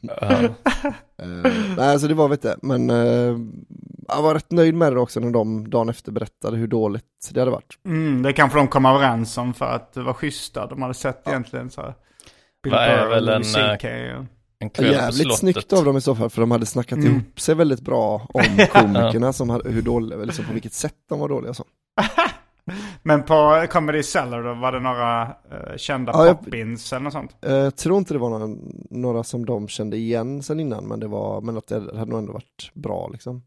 Nej, alltså det var vet jag, men jag var rätt nöjd med det också när de dagen efter berättade hur dåligt det hade varit. Det kanske de kom överens om för att det var schyssta. De hade sett egentligen så här Bill Burr och CK. Jävligt snyggt av dem i så fall, för de hade snackat ihop sig väldigt bra om komikerna som hade, hur dåliga, liksom på vilket sätt de var dåliga så. Men på Comedy Cellar då var det några kända pop-ins eller något sånt? Jag tror inte det var några som de kände igen sen innan, men att det hade nog ändå varit bra liksom.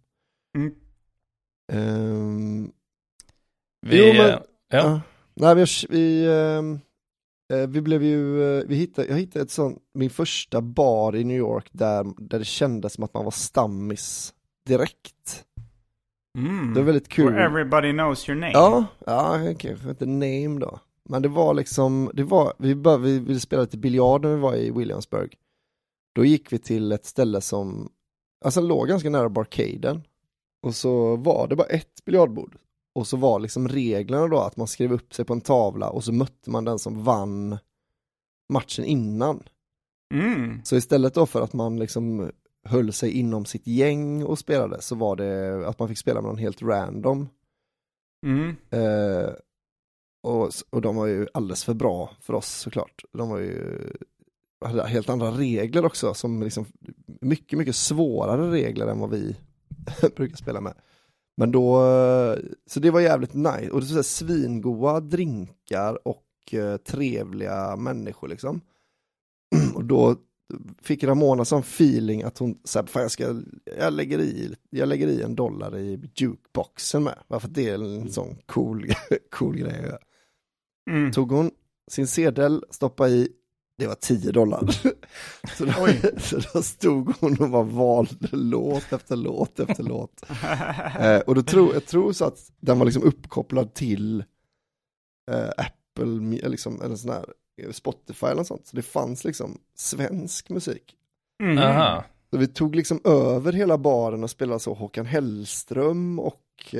Jag hittade ett sånt, min första bar i New York där det kändes som att man var stammis direkt. Det var väldigt kul. Where everybody knows your name. Ja, okej, inte name då. Men det var liksom, vi ville spela lite biljard när vi var i Williamsburg. Då gick vi till ett ställe som, alltså låg ganska nära barcaden. Och så var det bara ett biljardbord. Och så var liksom reglerna då att man skrev upp sig på en tavla och så mötte man den som vann matchen innan. Så istället då för att man liksom höll sig inom sitt gäng och spelade, så var det att man fick spela med någon helt random. Och de var ju alldeles för bra för oss såklart. De var ju hade helt andra regler också, som liksom mycket, mycket svårare regler än vad vi brukar spela med. Men då, så det var jävligt nice. Och det var så svingoda drinkar och trevliga människor liksom. Och då fick Ramona sån feeling att hon sa, jag lägger i $1 i jukeboxen med. Varför det är en sån cool grej. Tog hon sin sedel, stoppade i, det var $10. Så då stod hon och bara valde låt efter låt efter låt. Och då jag tror så att den var liksom uppkopplad till Apple liksom, eller sån här Spotify eller sånt. Så det fanns liksom svensk musik. Så vi tog liksom över hela baren och spelade så Håkan Hellström och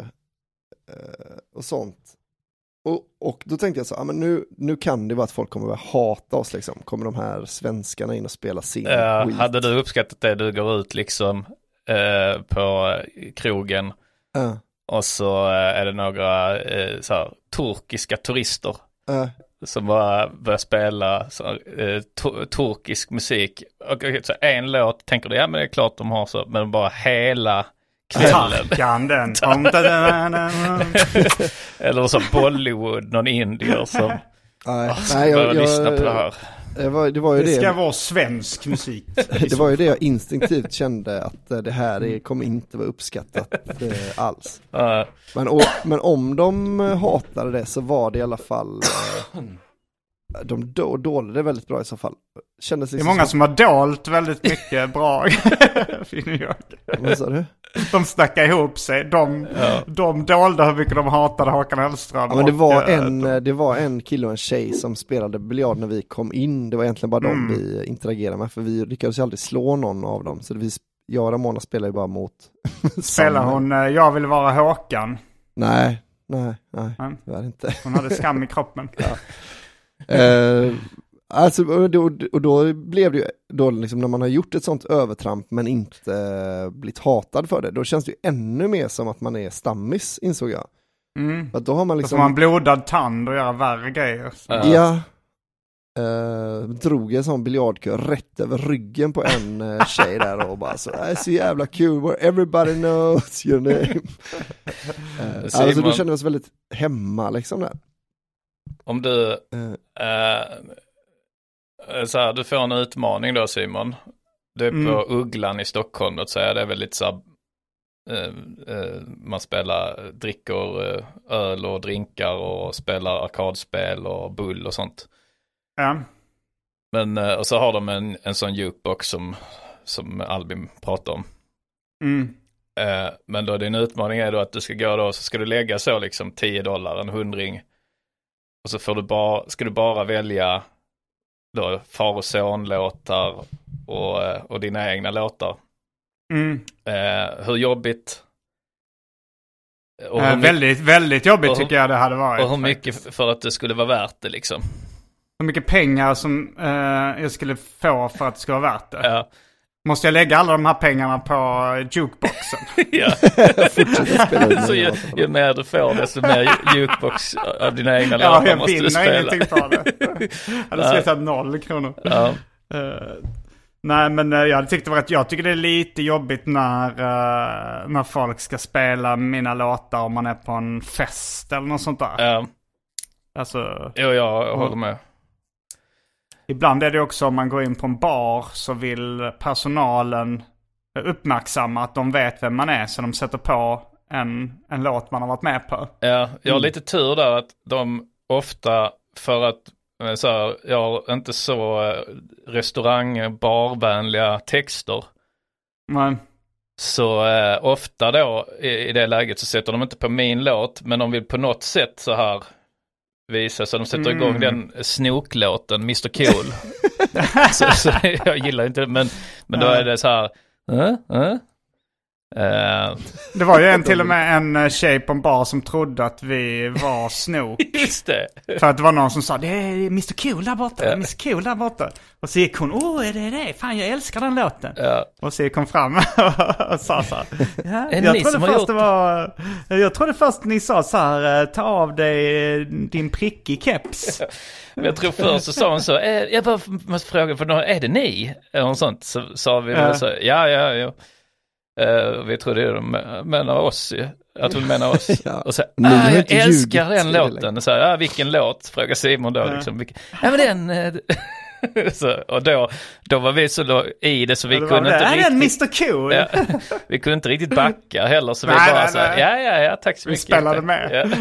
sånt. Och då tänkte jag så, men nu kan det vara att folk kommer att hata oss liksom. Kommer de här svenskarna in och spela sin skit? Hade du uppskattat det? Du går ut liksom på krogen och så är det några så här, turkiska turister som bara börjar spela så, turkisk musik. Och så en låt tänker du, ja men det är klart de har så, men bara hela kvällen. Eller så Bollywood, någon indier som jag lyssna på det här. Det ska vara svensk musik. Det var ju det jag instinktivt kände, att det här kommer inte vara uppskattat alls. Men om de hatade det så var det i alla fall de dolde det väldigt bra i så fall. Kändes det är många som har dolt väldigt mycket bra i New York. Vad sa du? De stackade ihop sig. De dolde hur mycket de hatade Håkan Hellström. Ja, men det var en kille och en tjej som spelade biljard när vi kom in. Det var egentligen bara de vi interagerade med, för vi lyckades ju aldrig slå någon av dem. Så jag och Ramona spelade ju bara mot Spelar hon Jag vill vara Håkan? Nej, det var inte. Hon hade skam i kroppen. Alltså, och då blev det ju då liksom, när man har gjort ett sånt övertramp men inte blivit hatad för det, då känns det ju ännu mer som att man är stammis, insåg jag. Att då har man liksom, då får man blodad tand och göra värre grejer. Ja. Drog en sån biljardkör rätt över ryggen på en tjej där och bara så, är så jävla kul, where everybody knows your name. Alltså då kände jag oss väldigt hemma liksom där. Om du så här, du får en utmaning då, Simon. Du är på Ugglan i Stockholm, och så är det väl lite så här, man dricker öl och drinkar och spelar arkadspel och bull och sånt. Ja. Men och så har de en sån jukebox som Albin pratar om. Men då din utmaning är då att du ska gå då, så ska du lägga så liksom $10, en 100. Och så ska du bara välja då far och son-låtar och dina egna låtar. Hur jobbigt? Och väldigt, väldigt jobbigt tycker jag det hade varit. Och hur mycket för att det skulle vara värt det liksom? Hur mycket pengar som jag skulle få för att det skulle vara värt det? Ja. Måste jag lägga alla de här pengarna på jukeboxen? Ja. Så ju mer du får, desto mer jukebox av dina egna låtar måste du spela. Ja, jag vinner ingenting på det. Jag hade slutat 0 kronor. Ja. Nej, men jag tycker det är lite jobbigt när folk ska spela mina låtar om man är på en fest eller något sånt där. Ja. Alltså, Jag håller med. Ibland är det också om man går in på en bar så vill personalen uppmärksamma att de vet vem man är, så de sätter på en låt man har varit med på. Ja, jag har lite tur där att de ofta, för att så här, jag har inte så barvänliga texter. Men så ofta då i det läget så sätter de inte på min låt, men de vill på något sätt så här visa, så de sätter igång den snoklåten Mr. Cool. så jag gillar inte det, men då är det så här det var ju till och med en tjej på en bar som trodde att vi var Snook. Just det. För att det var någon som sa, det är Mr. Cool där borta, Mr. Cool där borta. Och så gick hon, är det det? Fan, jag älskar den låten. Ja. Och så gick hon fram och sa så här. Ja, jag trodde först ni sa så här, ta av dig din prickig keps. Men jag tror först så sa hon så, jag bara måste fråga, för är det ni? Eller något sånt, så sa vi så, ja. Vi tror det är de menar oss, att hon menar oss. Ja. Och så, jag älskar den låten. Så, vilken låt? Frågar Simon då. Liksom, men den... så, och då var vi så i det, så vi kunde inte riktigt... Är den Mr. Cool? Ja, vi kunde inte riktigt backa heller, så vi bara så, ja, tack så mycket. Vi spelade med. Ja.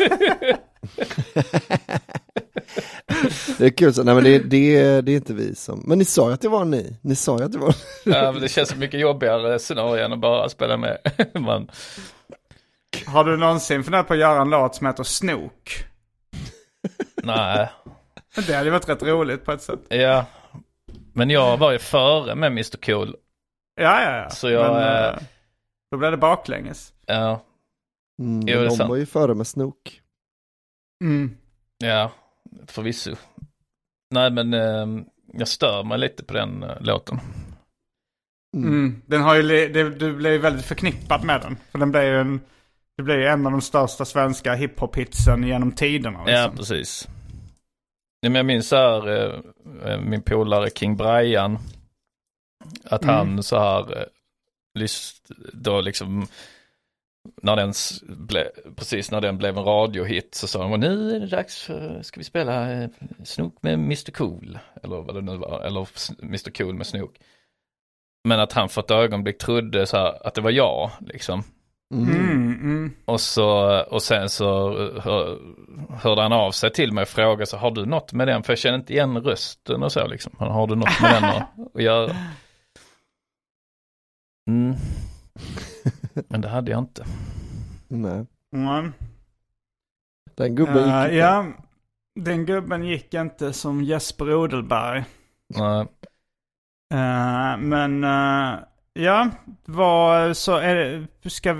Det är kul så. Nej, men det är inte vi som... Men ni sa ju att det var ni. Ja, men det känns mycket jobbigare scenario än att bara spela med. Har du någonsin funderat på att göra en låt som heter Snook? Nej. Det hade varit rätt roligt på ett sätt. Ja. Men jag var ju före med Mr. Cool. Ja. Så jag... då blev det baklänges. Ja. De var ju före med Snook. Ja, förvisso. Nej, men jag stör mig lite på den låten. Den har ju du blev väldigt förknippad med den. För den det blev ju en av de största svenska hiphop-hitsen genom tiderna. Liksom. Ja, precis. Men jag minns så här, min polare King Brian, att han så här då liksom när den blev en radiohit, så sa han, nu är det dags ska vi spela Snook med Mr. Cool, eller vad det nu var, eller Mr. Cool med Snook. Men att han för ett ögonblick trodde så här, att det var jag liksom. Och sen så hörde han av sig till mig och frågade så, har du något med den? För jag känner inte igen rösten och så liksom. Har du något med den att göra? Men det hade jag inte. Nej. Mm. Den gubben gick inte. Ja, den gubben gick inte som Jesper Odelberg. Nej. Men ska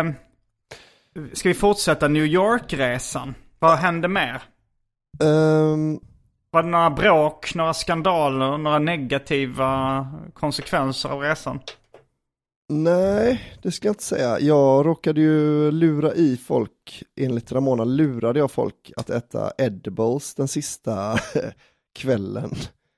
vi fortsätta New York-resan? Vad hände mer? Var det några bråk, några skandaler, några negativa konsekvenser av resan? Nej, det ska jag inte säga. Jag råkade ju lura i folk, enligt Ramona lurade jag folk att äta edibles den sista kvällen.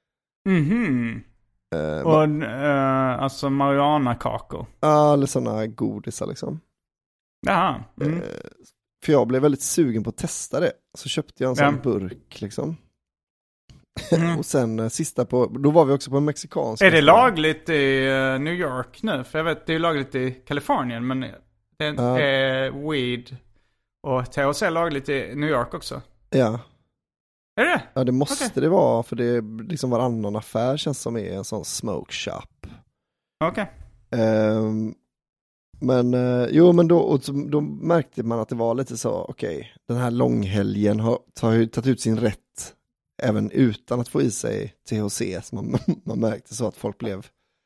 Alltså marijuana-kakor. Ja, eller sådana godisar liksom. Jaha. För jag blev väldigt sugen på att testa det. Så köpte jag en sån burk liksom. Och sen sista då var vi också på en mexikansk. Är det lagligt i New York nu? För jag vet, det är lagligt i Kalifornien, men det är weed och THC är lagligt i New York också. Ja. Är det? Ja, det måste det vara, för det är liksom varannan affär känns som är en sån smoke shop. Okej. Men då märkte man att det var lite så, okej, den här långhelgen har tagit ut sin rätt även utan att få i sig THC, så man märkte så att folk blev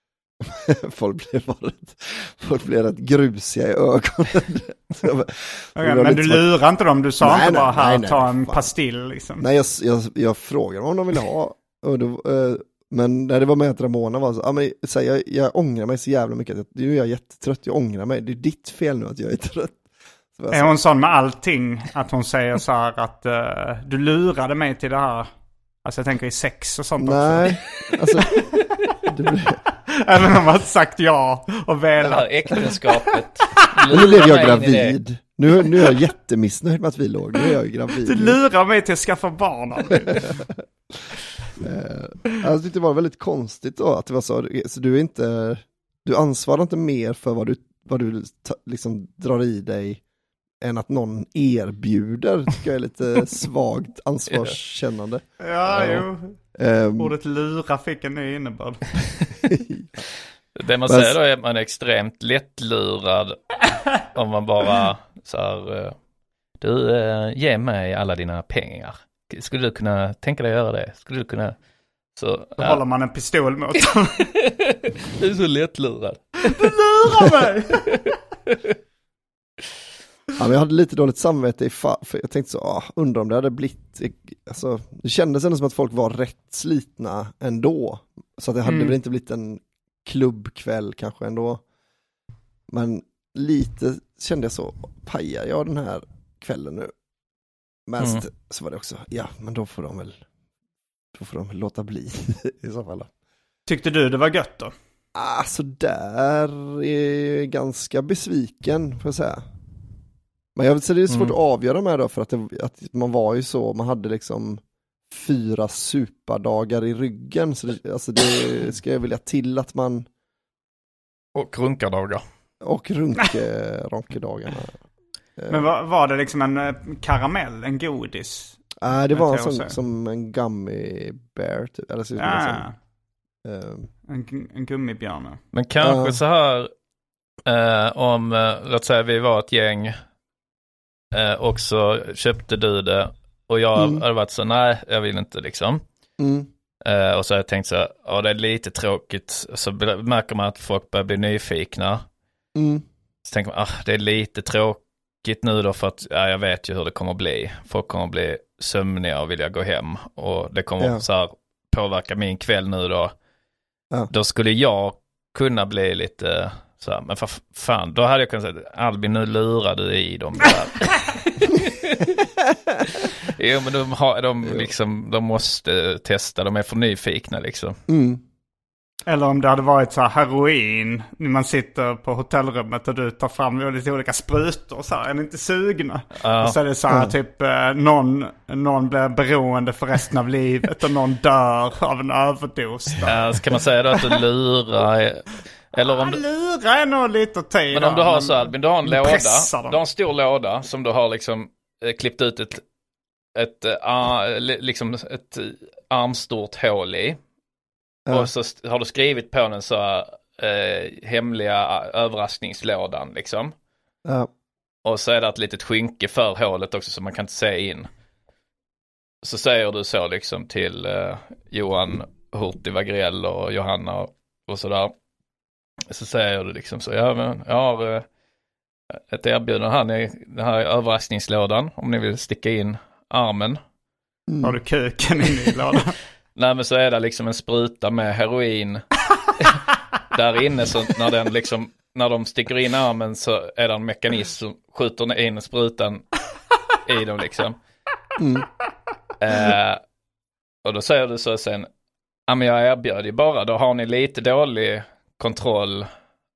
rätt grusiga i ögonen. Men du lurar inte dem, du sa inte bara ta en pastill liksom. Nej, jag frågade om de ville ha. Men när det var med att Ramona var så, jag ångrar mig så jävla mycket. Nu är jag jättetrött, jag ångrar mig. Det är ditt fel nu att jag är trött. Är hon sån med allting, att hon säger så här att du lurade mig till det här? Alltså jag tänker i sex och sånt Nej, också. alltså... Även om man sagt ja och velat. Det här äktenskapet. Nu blev jag gravid. Nu är jag jättemissnöjd med att vi låg. Nu är jag gravid. Du lurar mig till att skaffa barn. Jag tyckte det var väldigt konstigt då att det var så du ansvarar inte mer för vad du liksom drar i dig än att någon erbjuder, tycker jag är lite svagt ansvarskännande. Jo. Ordet lura fick en ny innebörd. Det man säger då är att man är extremt lättlurad om man bara så här, du ger mig alla dina pengar. Skulle du kunna tänka dig att göra det? Skulle du kunna... Så, då håller man en pistol mot dem. Du är så lättlurad. Du lurar mig! Ja, men jag hade lite dåligt samvete för jag tänkte så, undrar om det hade blivit, alltså, det kändes ändå som att folk var rätt slitna ändå, så att det hade väl inte blivit en klubbkväll kanske ändå, men lite kände jag så, pajar jag den här kvällen nu, men så var det också, men då får de väl låta bli i så fall. Tyckte du det var gött då? Så där är jag ganska besviken, får jag säga. Men jag vill säga det är svårt att avgöra med då, för att man var ju så, man hade liksom 4 superdagar i ryggen, så det ska jag vilja till att man... Och runkardagar. Och ronkedagarna. Men var det liksom en karamell, en godis? Nej, det var som en gummy bear typ. Eller så en gummibjörn. Men kanske så här, om, låt säga vi var ett gäng och så köpte du det och jag hade varit så, nej, jag vill inte liksom. Och så har jag tänkt så här, det är lite tråkigt. Så märker man att folk börjar bli nyfikna. Så tänker man, det är lite tråkigt nu då, för att jag vet ju hur det kommer att bli. Folk kommer att bli sömniga och vilja gå hem. Och det kommer så här påverka min kväll nu då. Då skulle jag kunna bli lite så här, men fan, då hade jag kunnat säga, Albin, nu lurar du i dem där. Jo, men de måste testa, de är för nyfikna liksom. Eller om det hade varit så här heroin, när man sitter på hotellrummet och du tar fram lite olika sprutor och så här, är ni inte sugna? Och så är det så här typ, någon blir beroende för resten av livet och någon dör av en överdos. Så kan man säga då att du lurar, eller om lurar är nog lite tid. Men om du har så, Albin, du har en låda, du har en stor låda som du har liksom klippt ut ett armstort hål i. Och så har du skrivit på den så hemliga överraskningslådan liksom. Och så är det ett litet skynke för hålet också, så man kan inte se in. Så säger du så liksom till Johan Hurtig Wagrell och Johanna och sådär. Så säger du liksom så, men jag har ett erbjudande här i den här överraskningslådan om ni vill sticka in armen. Har du kuken in i lådan? Nej, men så är det liksom en spruta med heroin där inne, så när de sticker in armen så är det en mekanism som skjuter in sprutan i dem liksom. Och då säger du så sen, men jag erbjöd ju bara, då har ni lite dålig kontroll.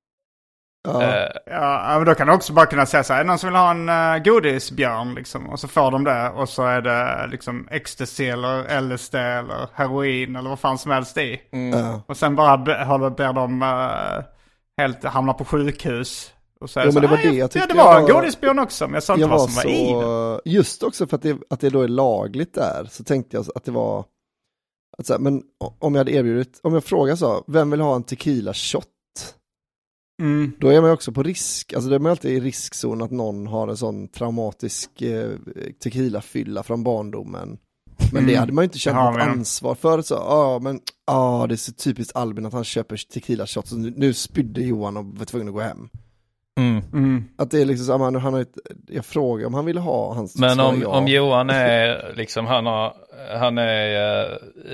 Men då kan du också bara kunna säga så här, är det någon som vill ha en godisbjörn liksom, och så får de det, och så är det liksom ecstasy eller LSD eller heroin eller vad fan som helst i. Och sen bara blir de helt hamnar på sjukhus. Och så är det så, men det var det jag tyckte. Det var en godisbjörn också, men jag sa inte vad som var i den. Just också för att det då är lagligt där, så tänkte jag att det var att så här, men om jag hade erbjudit, om jag frågar så, vem vill ha en tequila shot? Då är man också på risk, alltså det är man alltid i riskzon att någon har en sån traumatisk tequila-fylla från barndomen. Men det hade man ju inte känt något ansvar för. Så, det är så typiskt Albin att han köper tequila shots, och nu spydde Johan och var tvungen att gå hem. Att det är liksom så, jag frågar om han ville ha hans. Men om Johan är liksom, han är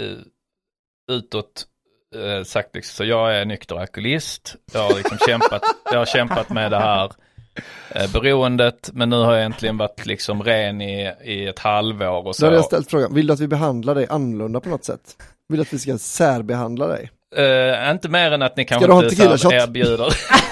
utåt sagt liksom, så jag är nykter alkoholist, jag har liksom kämpat med det här beroendet, men nu har jag äntligen varit liksom ren i ett halvår och så. Då har jag ställt frågan, vill du att vi behandlar dig annorlunda på något sätt? Vill du att vi ska särbehandla dig? Inte mer än att ni kanske inte erbjuder.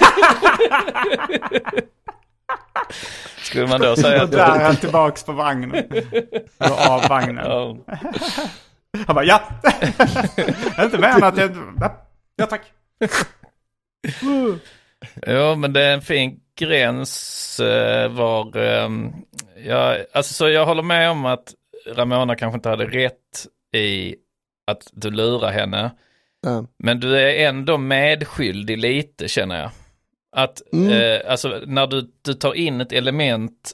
Skulle man då säga att... Och där är han tillbaks på vagnen. Eller av vagnen. Ja. Han bara, ja. Inte mer än att jag... Ja, tack. Ja, men det är en fin gräns var... så jag håller med om att Ramona kanske inte hade rätt i att du lurar henne. Men du är ändå medskyldig lite, känner jag. Att alltså när du tar in ett element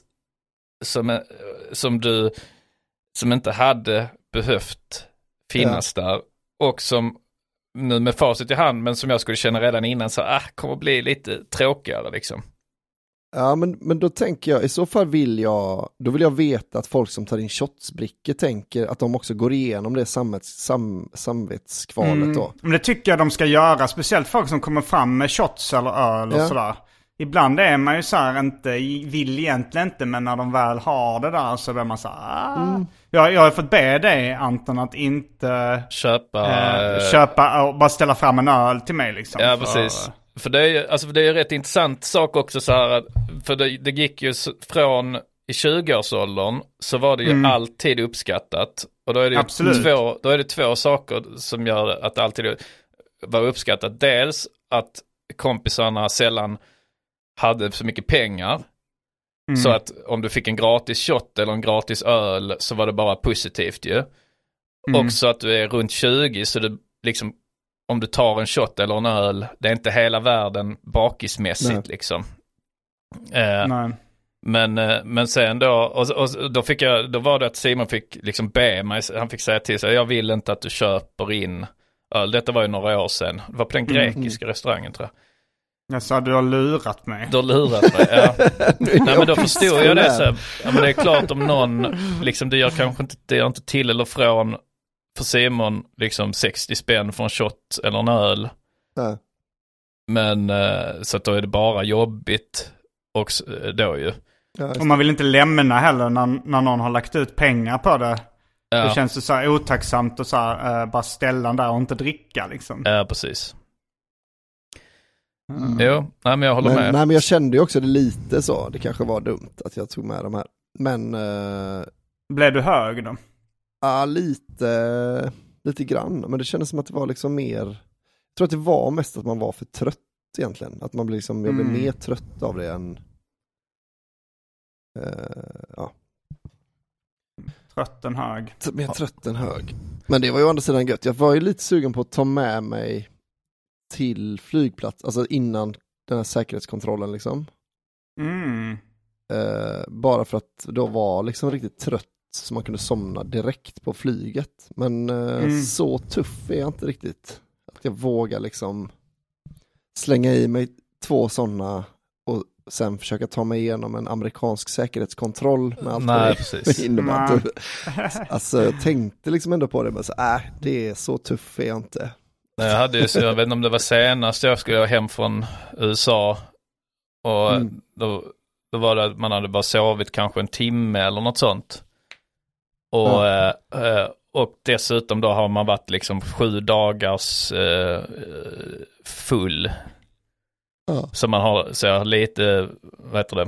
som inte hade behövt finnas där, och som nu med facit i hand, men som jag skulle känna redan innan så kommer bli lite tråkigare liksom. Ja, men då tänker jag, i så fall vill jag veta att folk som tar in shotsbrickor tänker att de också går igenom det samvetskvalet då. Men det tycker jag de ska göra, speciellt folk som kommer fram med shots eller öl och sådär. Ibland är man ju så här vill egentligen inte, men när de väl har det där så blir man så här, Jag har fått be dig, Anton, att inte köpa och bara ställa fram en öl till mig liksom. Ja, precis. För det är ju rätt intressant sak också så här, för det gick ju från i 20-årsåldern så var det ju alltid uppskattat, och då är det ju två saker som gör att det alltid var uppskattat. Dels att kompisarna sällan hade så mycket pengar, så att om du fick en gratis shot eller en gratis öl så var det bara positivt ju. Också att du är runt 20, så det liksom, om du tar en shot eller en öl, det är inte hela världen bakismässigt liksom. Nej. Men sen då, och då var det att Simon fick liksom be mig, han fick säga till sig, jag vill inte att du köper in öl. Detta var ju några år sedan. Det var på den grekiska restaurangen, tror jag. Jag sa, du har lurat mig. Du har lurat mig, ja. Nej, men då förstod jag det så här, men det är klart om någon liksom, det gör inte till eller från för Simon liksom 60 spänn för en shot eller en öl. Men så att då är det bara jobbigt och då ju. Och man vill inte lämna heller när någon har lagt ut pengar på det. Ja. Det känns det så här otacksamt och så här, bara ställa där och inte dricka liksom. Ja, precis. Jo, nej, men jag håller med. Nej, men jag kände ju också det lite så. Det kanske var dumt att jag tog med de här. Men... Blev du hög då? Ja, lite grann. Men det kändes som att det var liksom mer... Jag tror att det var mest att man var för trött egentligen. Att man blev liksom... Jag blev mer trött av det än... Trött än hög. Mer trött än hög. Men det var ju å andra sidan gött. Jag var ju lite sugen på att ta med mig till flygplats. Alltså innan den här säkerhetskontrollen liksom. Bara för att då var liksom riktigt trött så man kunde somna direkt på flyget. Men så tuff är jag inte riktigt. Att jag vågar liksom slänga i mig 2 sådana och sen försöka ta mig igenom en amerikansk säkerhetskontroll med allt det innebär. Alltså jag tänkte liksom ändå på det, men så det är så tuff är jag inte. Jag vet inte om det var senast jag skulle hem från USA och då var det att man hade bara sovit kanske en timme eller något sånt. Och dessutom då har man varit liksom 7 dagars full. Så man har så lite, vad heter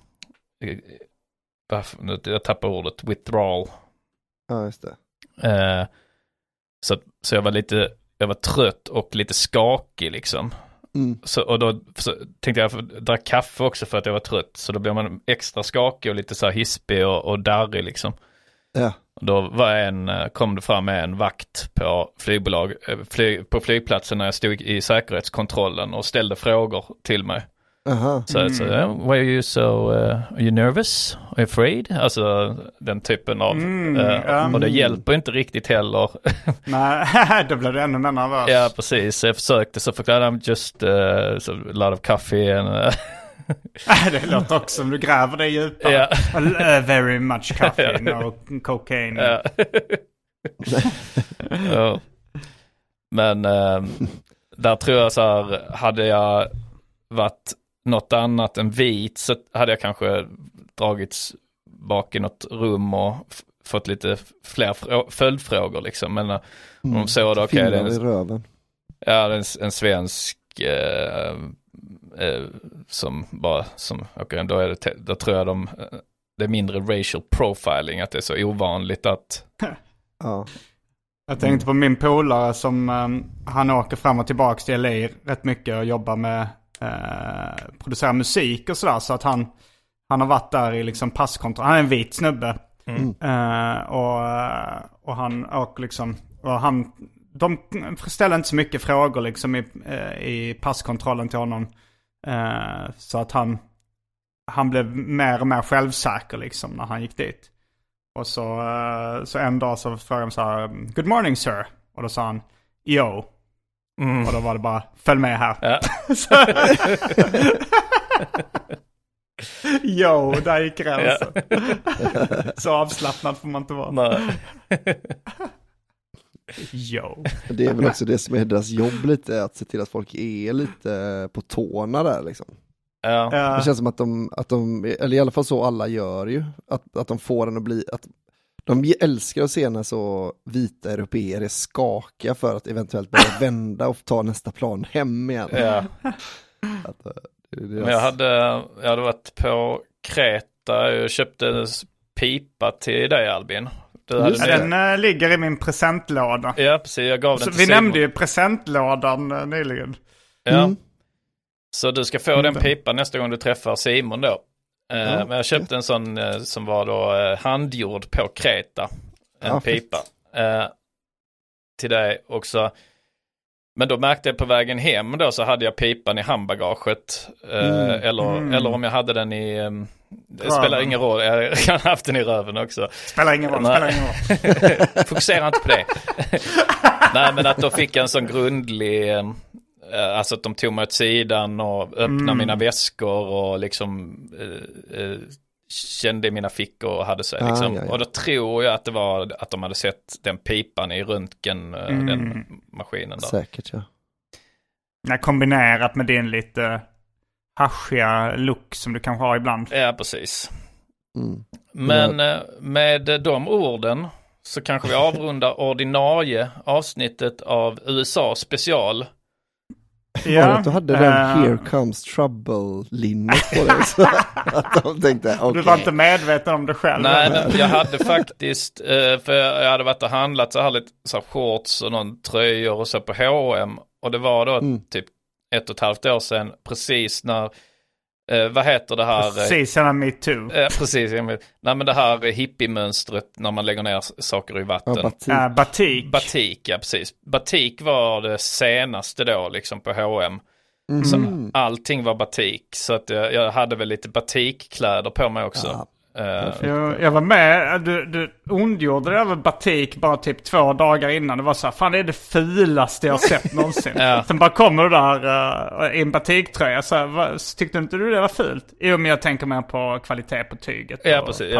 det? Jag tappar ordet, withdrawal. Ja, just det. Så jag var trött och lite skakig liksom. Och då tänkte jag drack kaffe också för att jag var trött. Så då blev man extra skakig och lite så här hispig och darrig liksom. Ja. Och då kom det fram en vakt på på flygplatsen när jag stod i säkerhetskontrollen och ställde frågor till mig. Så why are you so are you nervous? Are you afraid? Alltså den typen av och det hjälper inte riktigt heller. Nej, då blir det ännu mer nervös. Ja, precis. Jag försökte så förklarade I'm just a lot of coffee and det låter också som du gräver dig djupare. Very much coffee, no cocaine. Ja. Men där tror jag så här, hade jag varit något annat än vit så hade jag kanske dragits bak i något rum och fått lite fler följdfrågor liksom. Men om de såg det, okej, det är en svensk som bara, då tror jag det är mindre racial profiling, att det är så ovanligt att... Ja. Jag tänkte på min polare som han åker fram och tillbaka till LA rätt mycket och jobbar med producera musik och sådär, så att han har varit där i liksom passkontroll. Han är en vit snubbe. Och han åker liksom, och de ställer inte så mycket frågor liksom i passkontrollen till honom, så att han blev mer och mer självsäker liksom när han gick dit. Och så en dag så frågade de så här: "Good morning sir." Och då sa han "Yo." Och då var det bara, följ med här. Ja. Yo, där gick gränsen. Så avslappnad får man inte vara. Nej. Yo. Det är väl också det som är deras jobb lite, att se till att folk är lite på tårna där liksom. Ja. Det känns som att de, eller i alla fall så alla gör ju, att de får den att bli, att de älskar att se när så vita europeer är skakiga för att eventuellt börja vända och ta nästa plan hem igen. Ja. Men jag hade varit på Kreta och köpte en pipa till dig, Albin. Den ligger i min presentlåda. Ja, precis. Jag gav den till vi Simon. nämnde ju presentlådan nyligen. Ja. Så du ska få den pipan nästa gång du träffar Simon då. Men jag köpte en sån som var då handgjord på Kreta. En pipa. Till dig också. Men då märkte jag på vägen hem då, så hade jag pipan i handbagaget. Eller om jag hade den i... det spelar ingen roll. Jag kan ha haft den i röven också. Spelar ingen roll. Fokusera inte på det. Nej, men att då fick jag en sån grundlig... Alltså att de tog mig åt sidan och öppnade mina väskor och liksom kände i mina fickor och hade så liksom. Ja. Och då tror jag att det var att de hade sett den pipan i röntgen, den maskinen där. Säkert, ja. Kombinerat med din lite haschiga look som du kanske har ibland. Ja, precis. Men med de orden så kanske vi avrundar ordinarie avsnittet av USA special. Ja, du hade den Here Comes Trouble-linjen på det. Så att de tänkte, okay. Du var inte medveten om det själv. Nej, men jag hade faktiskt, för jag hade varit och handlat så här lite så här shorts och någon tröjor och så på H&M. Och det var då typ 1,5 år sedan, precis när, vad heter det här? Precis när MeToo. Precis, nej men det här hippie-mönstret när man lägger ner saker i vatten. Batik. Batik, ja precis. Batik var det senaste då liksom på H&M. Så allting var batik. Så att jag hade väl lite batikkläder på mig också. Jag var med, du ondgjorde det över batik bara typ 2 dagar innan. Det var så här, fan det är det fulaste jag har sett någonsin. Sen bara kommer du där i en batiktröja. Så tyckte inte du det var fult? Jo, men jag tänker mer på kvalitet på tyget. Ja, precis.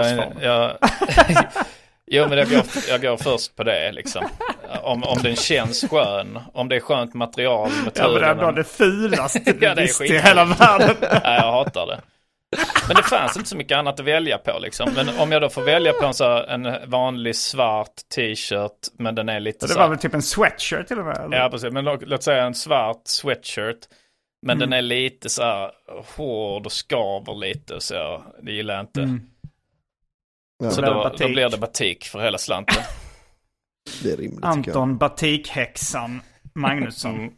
Jo, men jag går först på det liksom. Om den känns skön. Om det är skönt material. Ja, men det är då det fulaste du visste i hela världen. Ja, jag hatar det. Men det fanns inte så mycket annat att välja på liksom. Men om jag då får välja på en vanlig svart t-shirt, men den är lite så... Det var väl typ en sweatshirt till och med? Eller? Ja, precis. Men låt säga en svart sweatshirt. Men den är lite så här hård och skaver lite, så det gillar jag inte. Så då blir det batik för hela slanten. Det är rimligt. Anton Batikhäxan Magnusson.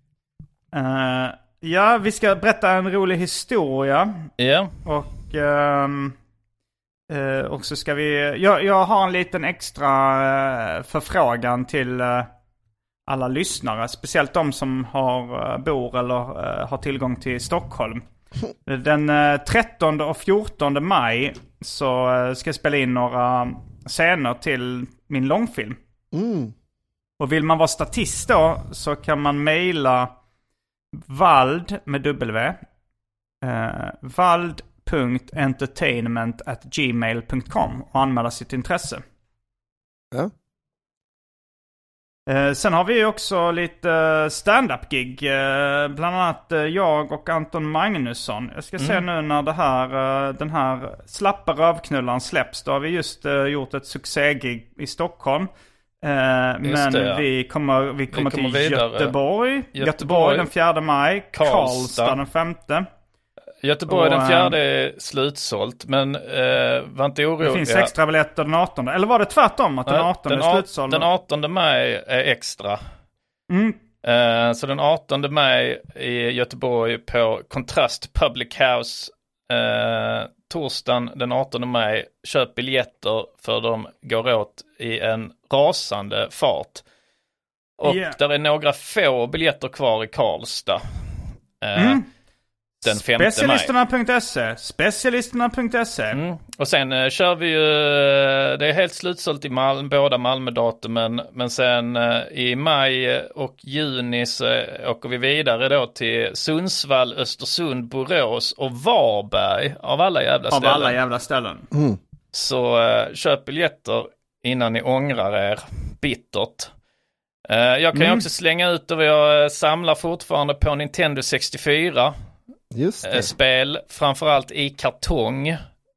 Ja, vi ska berätta en rolig historia. Ja. Och så ska vi... Jag har en liten extra förfrågan till alla lyssnare. Speciellt de som bor eller har tillgång till Stockholm. Den 13 och 14 maj så ska jag spela in några scener till min långfilm. Och vill man vara statist då så kan man mejla Vald med W vald.entertainment@gmail.com och anmäla sitt intresse. Sen har vi också lite stand-up-gig. Bland annat jag och Anton Magnusson. Jag ska se nu när den här Slappa rövknullan släpps. Då har vi just gjort ett succégig i Stockholm. Vi kommer till vidare. Göteborg den 4 maj. Karlstad den 5. Göteborg den 4 är slutsålt, men var inte orolig. Det finns extra biljetter den 18. Eller var det tvärtom att den 18 är slutsåld? Den 18 maj är extra. Så den 18 maj i Göteborg på Kontrast Public House. Torsdagen den 18 maj. Köp biljetter för de går åt i en rasande fart. Och där är några få biljetter kvar i Karlstad. Den 5 maj. Specialisterna.se. Och sen kör vi ju, det är helt slutsålt i båda Malmö-datumen, men sen i maj och juni så åker vi vidare då till Sundsvall, Östersund, Borås och Varberg av alla jävla ställen. Så köp biljetter innan ni ångrar er bittert. Jag kan ju också slänga ut och jag samlar fortfarande på Nintendo 64. Just det. Spel, framförallt i kartong.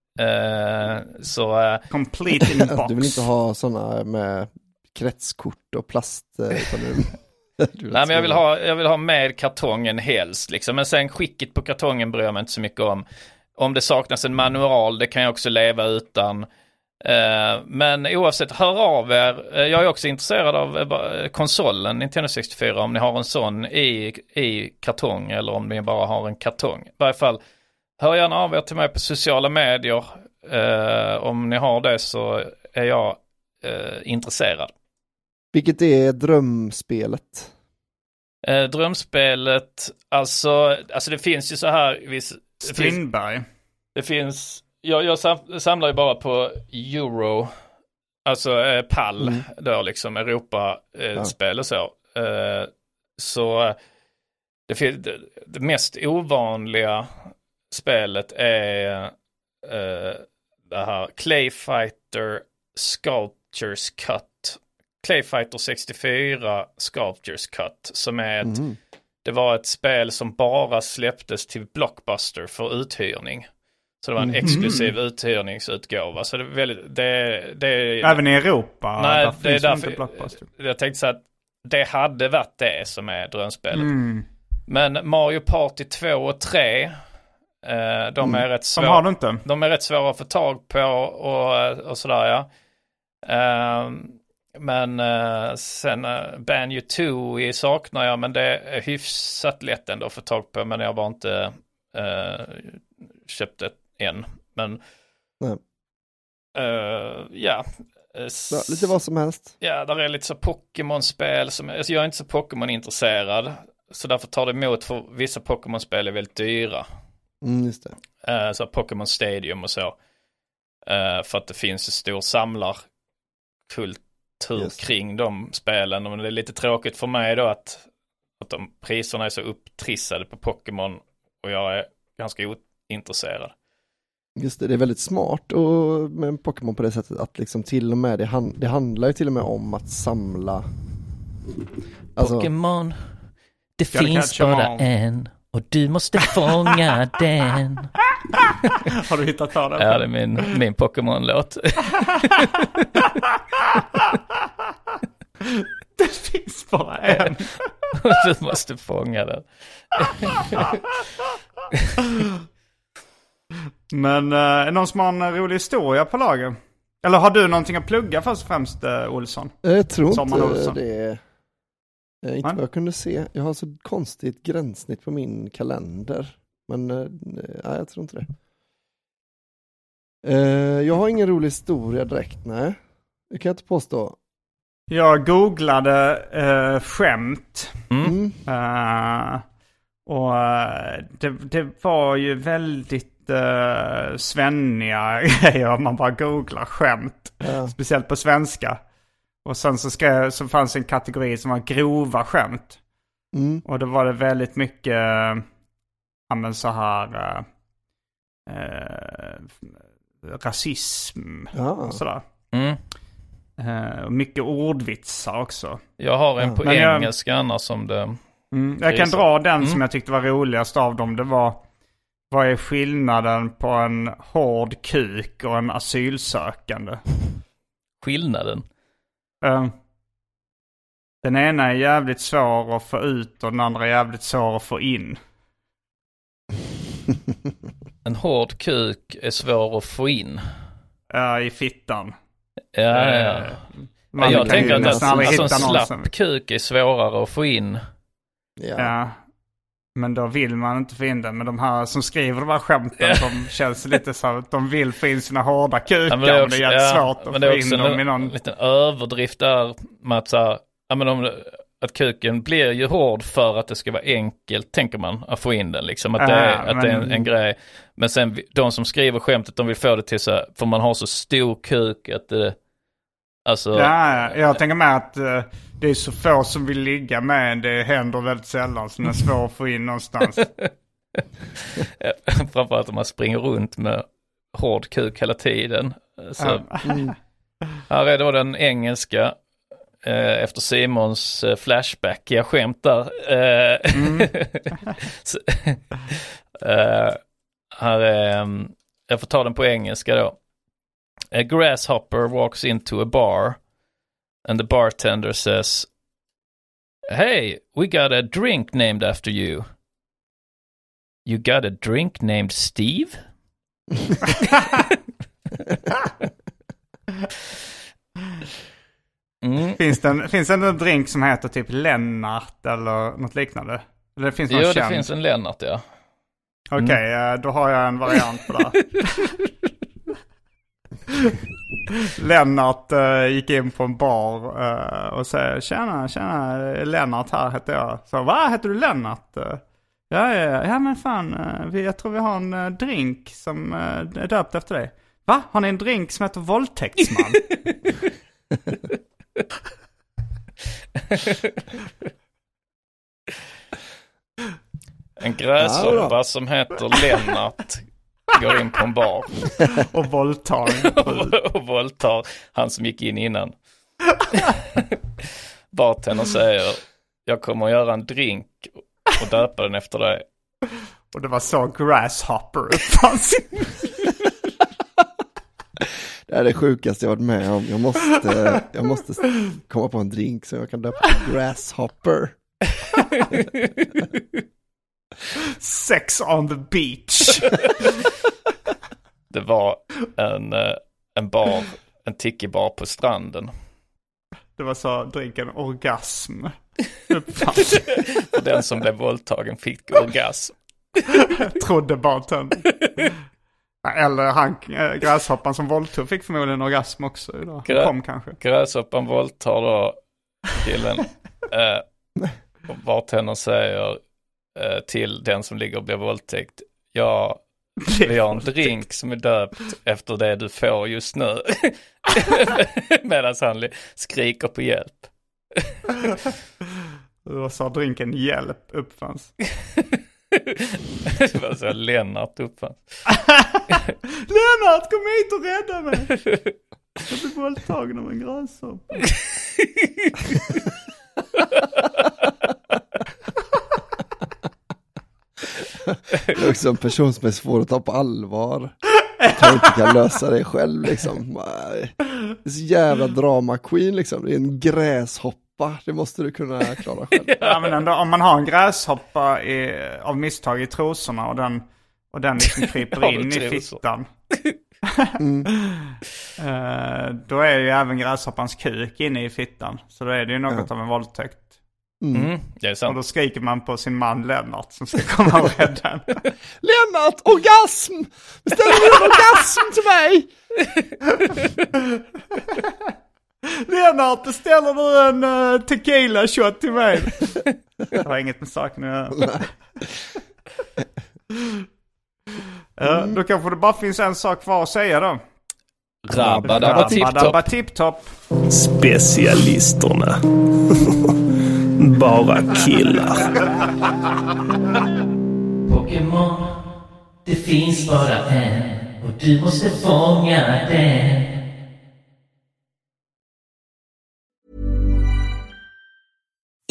Complete in box. Du vill inte ha sådana med kretskort och plast utan Nej, men jag vill ha med kartongen helst liksom. Men sen skicket på kartongen bryr jag mig inte så mycket om. Om det saknas en manual, det kan jag också leva utan. Men oavsett, hör av er. Jag är också intresserad av konsolen Nintendo 64, om ni har en sån i kartong eller om ni bara har en kartong. I varje fall, hör gärna av er till mig på sociala medier. Om ni har det så är jag intresserad. Vilket är drömspelet? Drömspelet, alltså det finns ju så här Strindberg. Det finns jag samlar ju bara på Euro, alltså PAL då liksom Europa-spel och så. Så det mest ovanliga spelet är det här Clay Fighter Sculptures Cut. Clay Fighter 64 Sculptures Cut, som är det var ett spel som bara släpptes till Blockbuster för uthyrning. Så det var en exklusiv uthyrningsutgåva. Så det är väldigt, det även i Europa? Nej, det är därför jag tänkte så att det hade varit det som är drömspelet. Men Mario Party 2 och 3 de är rätt svåra. Har du inte? De är rätt svåra att få tag på och sådär, ja. Men sen Banjo-Tooie saknar jag, men det är hyfsat lätt ändå att få tag på, men jag har bara inte köpt det än. Men lite vad som helst. Ja, där är lite så Pokémon-spel som, alltså jag är inte så Pokémon-intresserad, så därför tar det emot, för vissa Pokémon-spel är väldigt dyra. Just det. Så Pokémon Stadium och så. För att det finns en stor samlarkultur kring de spelen. Och det är lite tråkigt för mig då att priserna är så upptrissade på Pokémon och jag är ganska ointresserad. Just det, det är väldigt smart och med Pokémon på det sättet att liksom till och med det handlar ju till och med om att samla Pokémon, det finns bara en och du måste fånga den. Har du hittat på den? Ja, det är min Pokémon-låt. Det finns bara en. Och du måste fånga den. Men någon som har en rolig historia på lager? Eller har du någonting att plugga först och främst, Olsson? Jag tror inte Olsson. det. Inte vad jag kunde se. Jag har så konstigt gränssnitt på min kalender. Men nej, jag tror inte det. Jag har ingen rolig historia direkt, nej. Det kan jag inte påstå. Jag googlade skämt. Och det var ju väldigt svenniga grejer om man bara googlar skämt. Speciellt på svenska. Och sen så fanns en kategori som var grova skämt. Och då var det väldigt mycket så här rasism och sådär. Mycket ordvitsar också. Jag har en på engelska annars som det... jag kan dra den som jag tyckte var roligast av dem. Det var: vad är skillnaden på en hård kuk och en asylsökande? Skillnaden? Den ena är jävligt svår att få ut och den andra är jävligt svår att få in. En hård kuk är svår att få in. I fittan. Ja. Jag tänker att en slapp kuk är svårare att få in. Ja. Men då vill man inte få in den. Men de här som skriver de här skämten, de känns lite så att de vill få in sina hårda kukar. Men det är svårt att få in dem i någon... liten överdrift där med att, att kuken blir ju hård för att det ska vara enkelt, tänker man, att få in den. Liksom. Att det är en grej. Men sen de som skriver skämtet, de vill få det till så, för man har så stor kuk att det... Alltså... Ja, jag tänker med att det är så få som vill ligga med. Det händer väldigt sällan, så det är svårt att få in någonstans. Framförallt om man springer runt med hård kuk hela tiden. Så, här är då den engelska efter Simons flashback. Jag skämtar. Här är, jag får ta den på engelska då. A grasshopper walks into a bar and the bartender says, "Hey, we got a drink named after you." "You got a drink named Steve?" Finns det en drink som heter typ Lennart eller något liknande? Eller finns det det finns en Lennart, ja. Okej, då har jag en variant på det. Lennart gick in på en bar och säger: Tjena, Lennart här heter jag. Så, vad heter du Lennart? Ja men fan, jag tror vi har en drink som är döpt efter dig. Va? Har ni en drink som heter Våldtäktsman? En gräshoppa som heter Lennart går in på en bar och våldtar han som gick in innan. Bartendern säger: "Jag kommer att göra en drink och döpa den efter dig." Och det var så Grasshopper uppfanns. Det är det sjukaste jag varit med om. Jag måste komma på en drink så jag kan döpa Grasshopper. Sex on the beach. Det var en tiki-bar på stranden. Det var så drinken orgasm. Den som blev våldtagen fick orgasm. Trodde bartendern. Eller gräshoppan som våldtog fick förmodligen orgasm också idag. Kom kanske. Gräshoppan våldtar då killen. Och bartendern säger till den som ligger och blir våldtäkt: "Ja, vi har en drink som är döpt efter det du får just nu." Medan han skriker på hjälp. Då sa drinken hjälp uppfanns. Det var så Lennart uppfanns. Lennart, kom hit och rädda mig. Jag blir våldtagen av en gräshoppa. Det är också en person som är svår att ta på allvar. Jag inte kan lösa det själv liksom. Det är så jävla drama queen liksom. Det är en gräshoppa. Det måste du kunna klara själv. Ja, men ändå, om man har en gräshoppa av misstag i trosorna och den liksom kryper in i fittan. Då är ju även gräshoppans kuk inne i fittan. Så då är det ju något av en våldtäkt. Det är sant. Och då skriker man på sin man Lennart som ska komma och rädda en. Lennart, orgasm! Beställer du en orgasm till mig? Lennart, beställer du en tequila shot till mig? Det har inget med saken att göra. Då kanske det bara finns en sak kvar att säga då. Rabba tipptopp. Specialisterna. Bara killar. Pokémon, det finns bara en och du måste fånga den.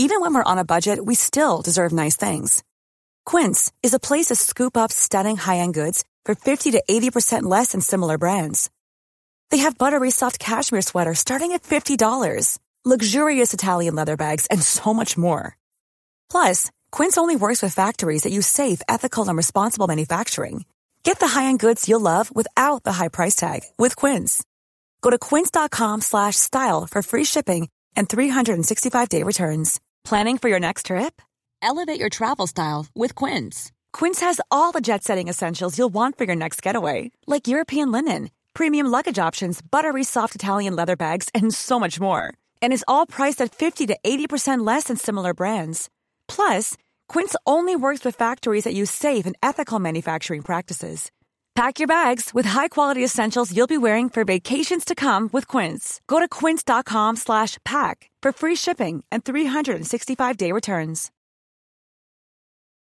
Even when we're on a budget, we still deserve nice things. Quince is a place to scoop up stunning high-end goods for 50 to 80% less than similar brands. They have buttery soft cashmere sweaters starting at $50, luxurious Italian leather bags, and so much more. Plus, Quince only works with factories that use safe, ethical, and responsible manufacturing. Get the high-end goods you'll love without the high price tag with Quince. Go to quince.com/style for free shipping and 365-day returns. Planning for your next trip? Elevate your travel style with Quince. Quince has all the jet-setting essentials you'll want for your next getaway, like European linen, premium luggage options, buttery soft Italian leather bags, and so much more. And is all priced at 50 to 80% less than similar brands. Plus, Quince only works with factories that use safe and ethical manufacturing practices. Pack your bags with high-quality essentials you'll be wearing for vacations to come with Quince. Go to quince.com/pack for free shipping and 365-day returns.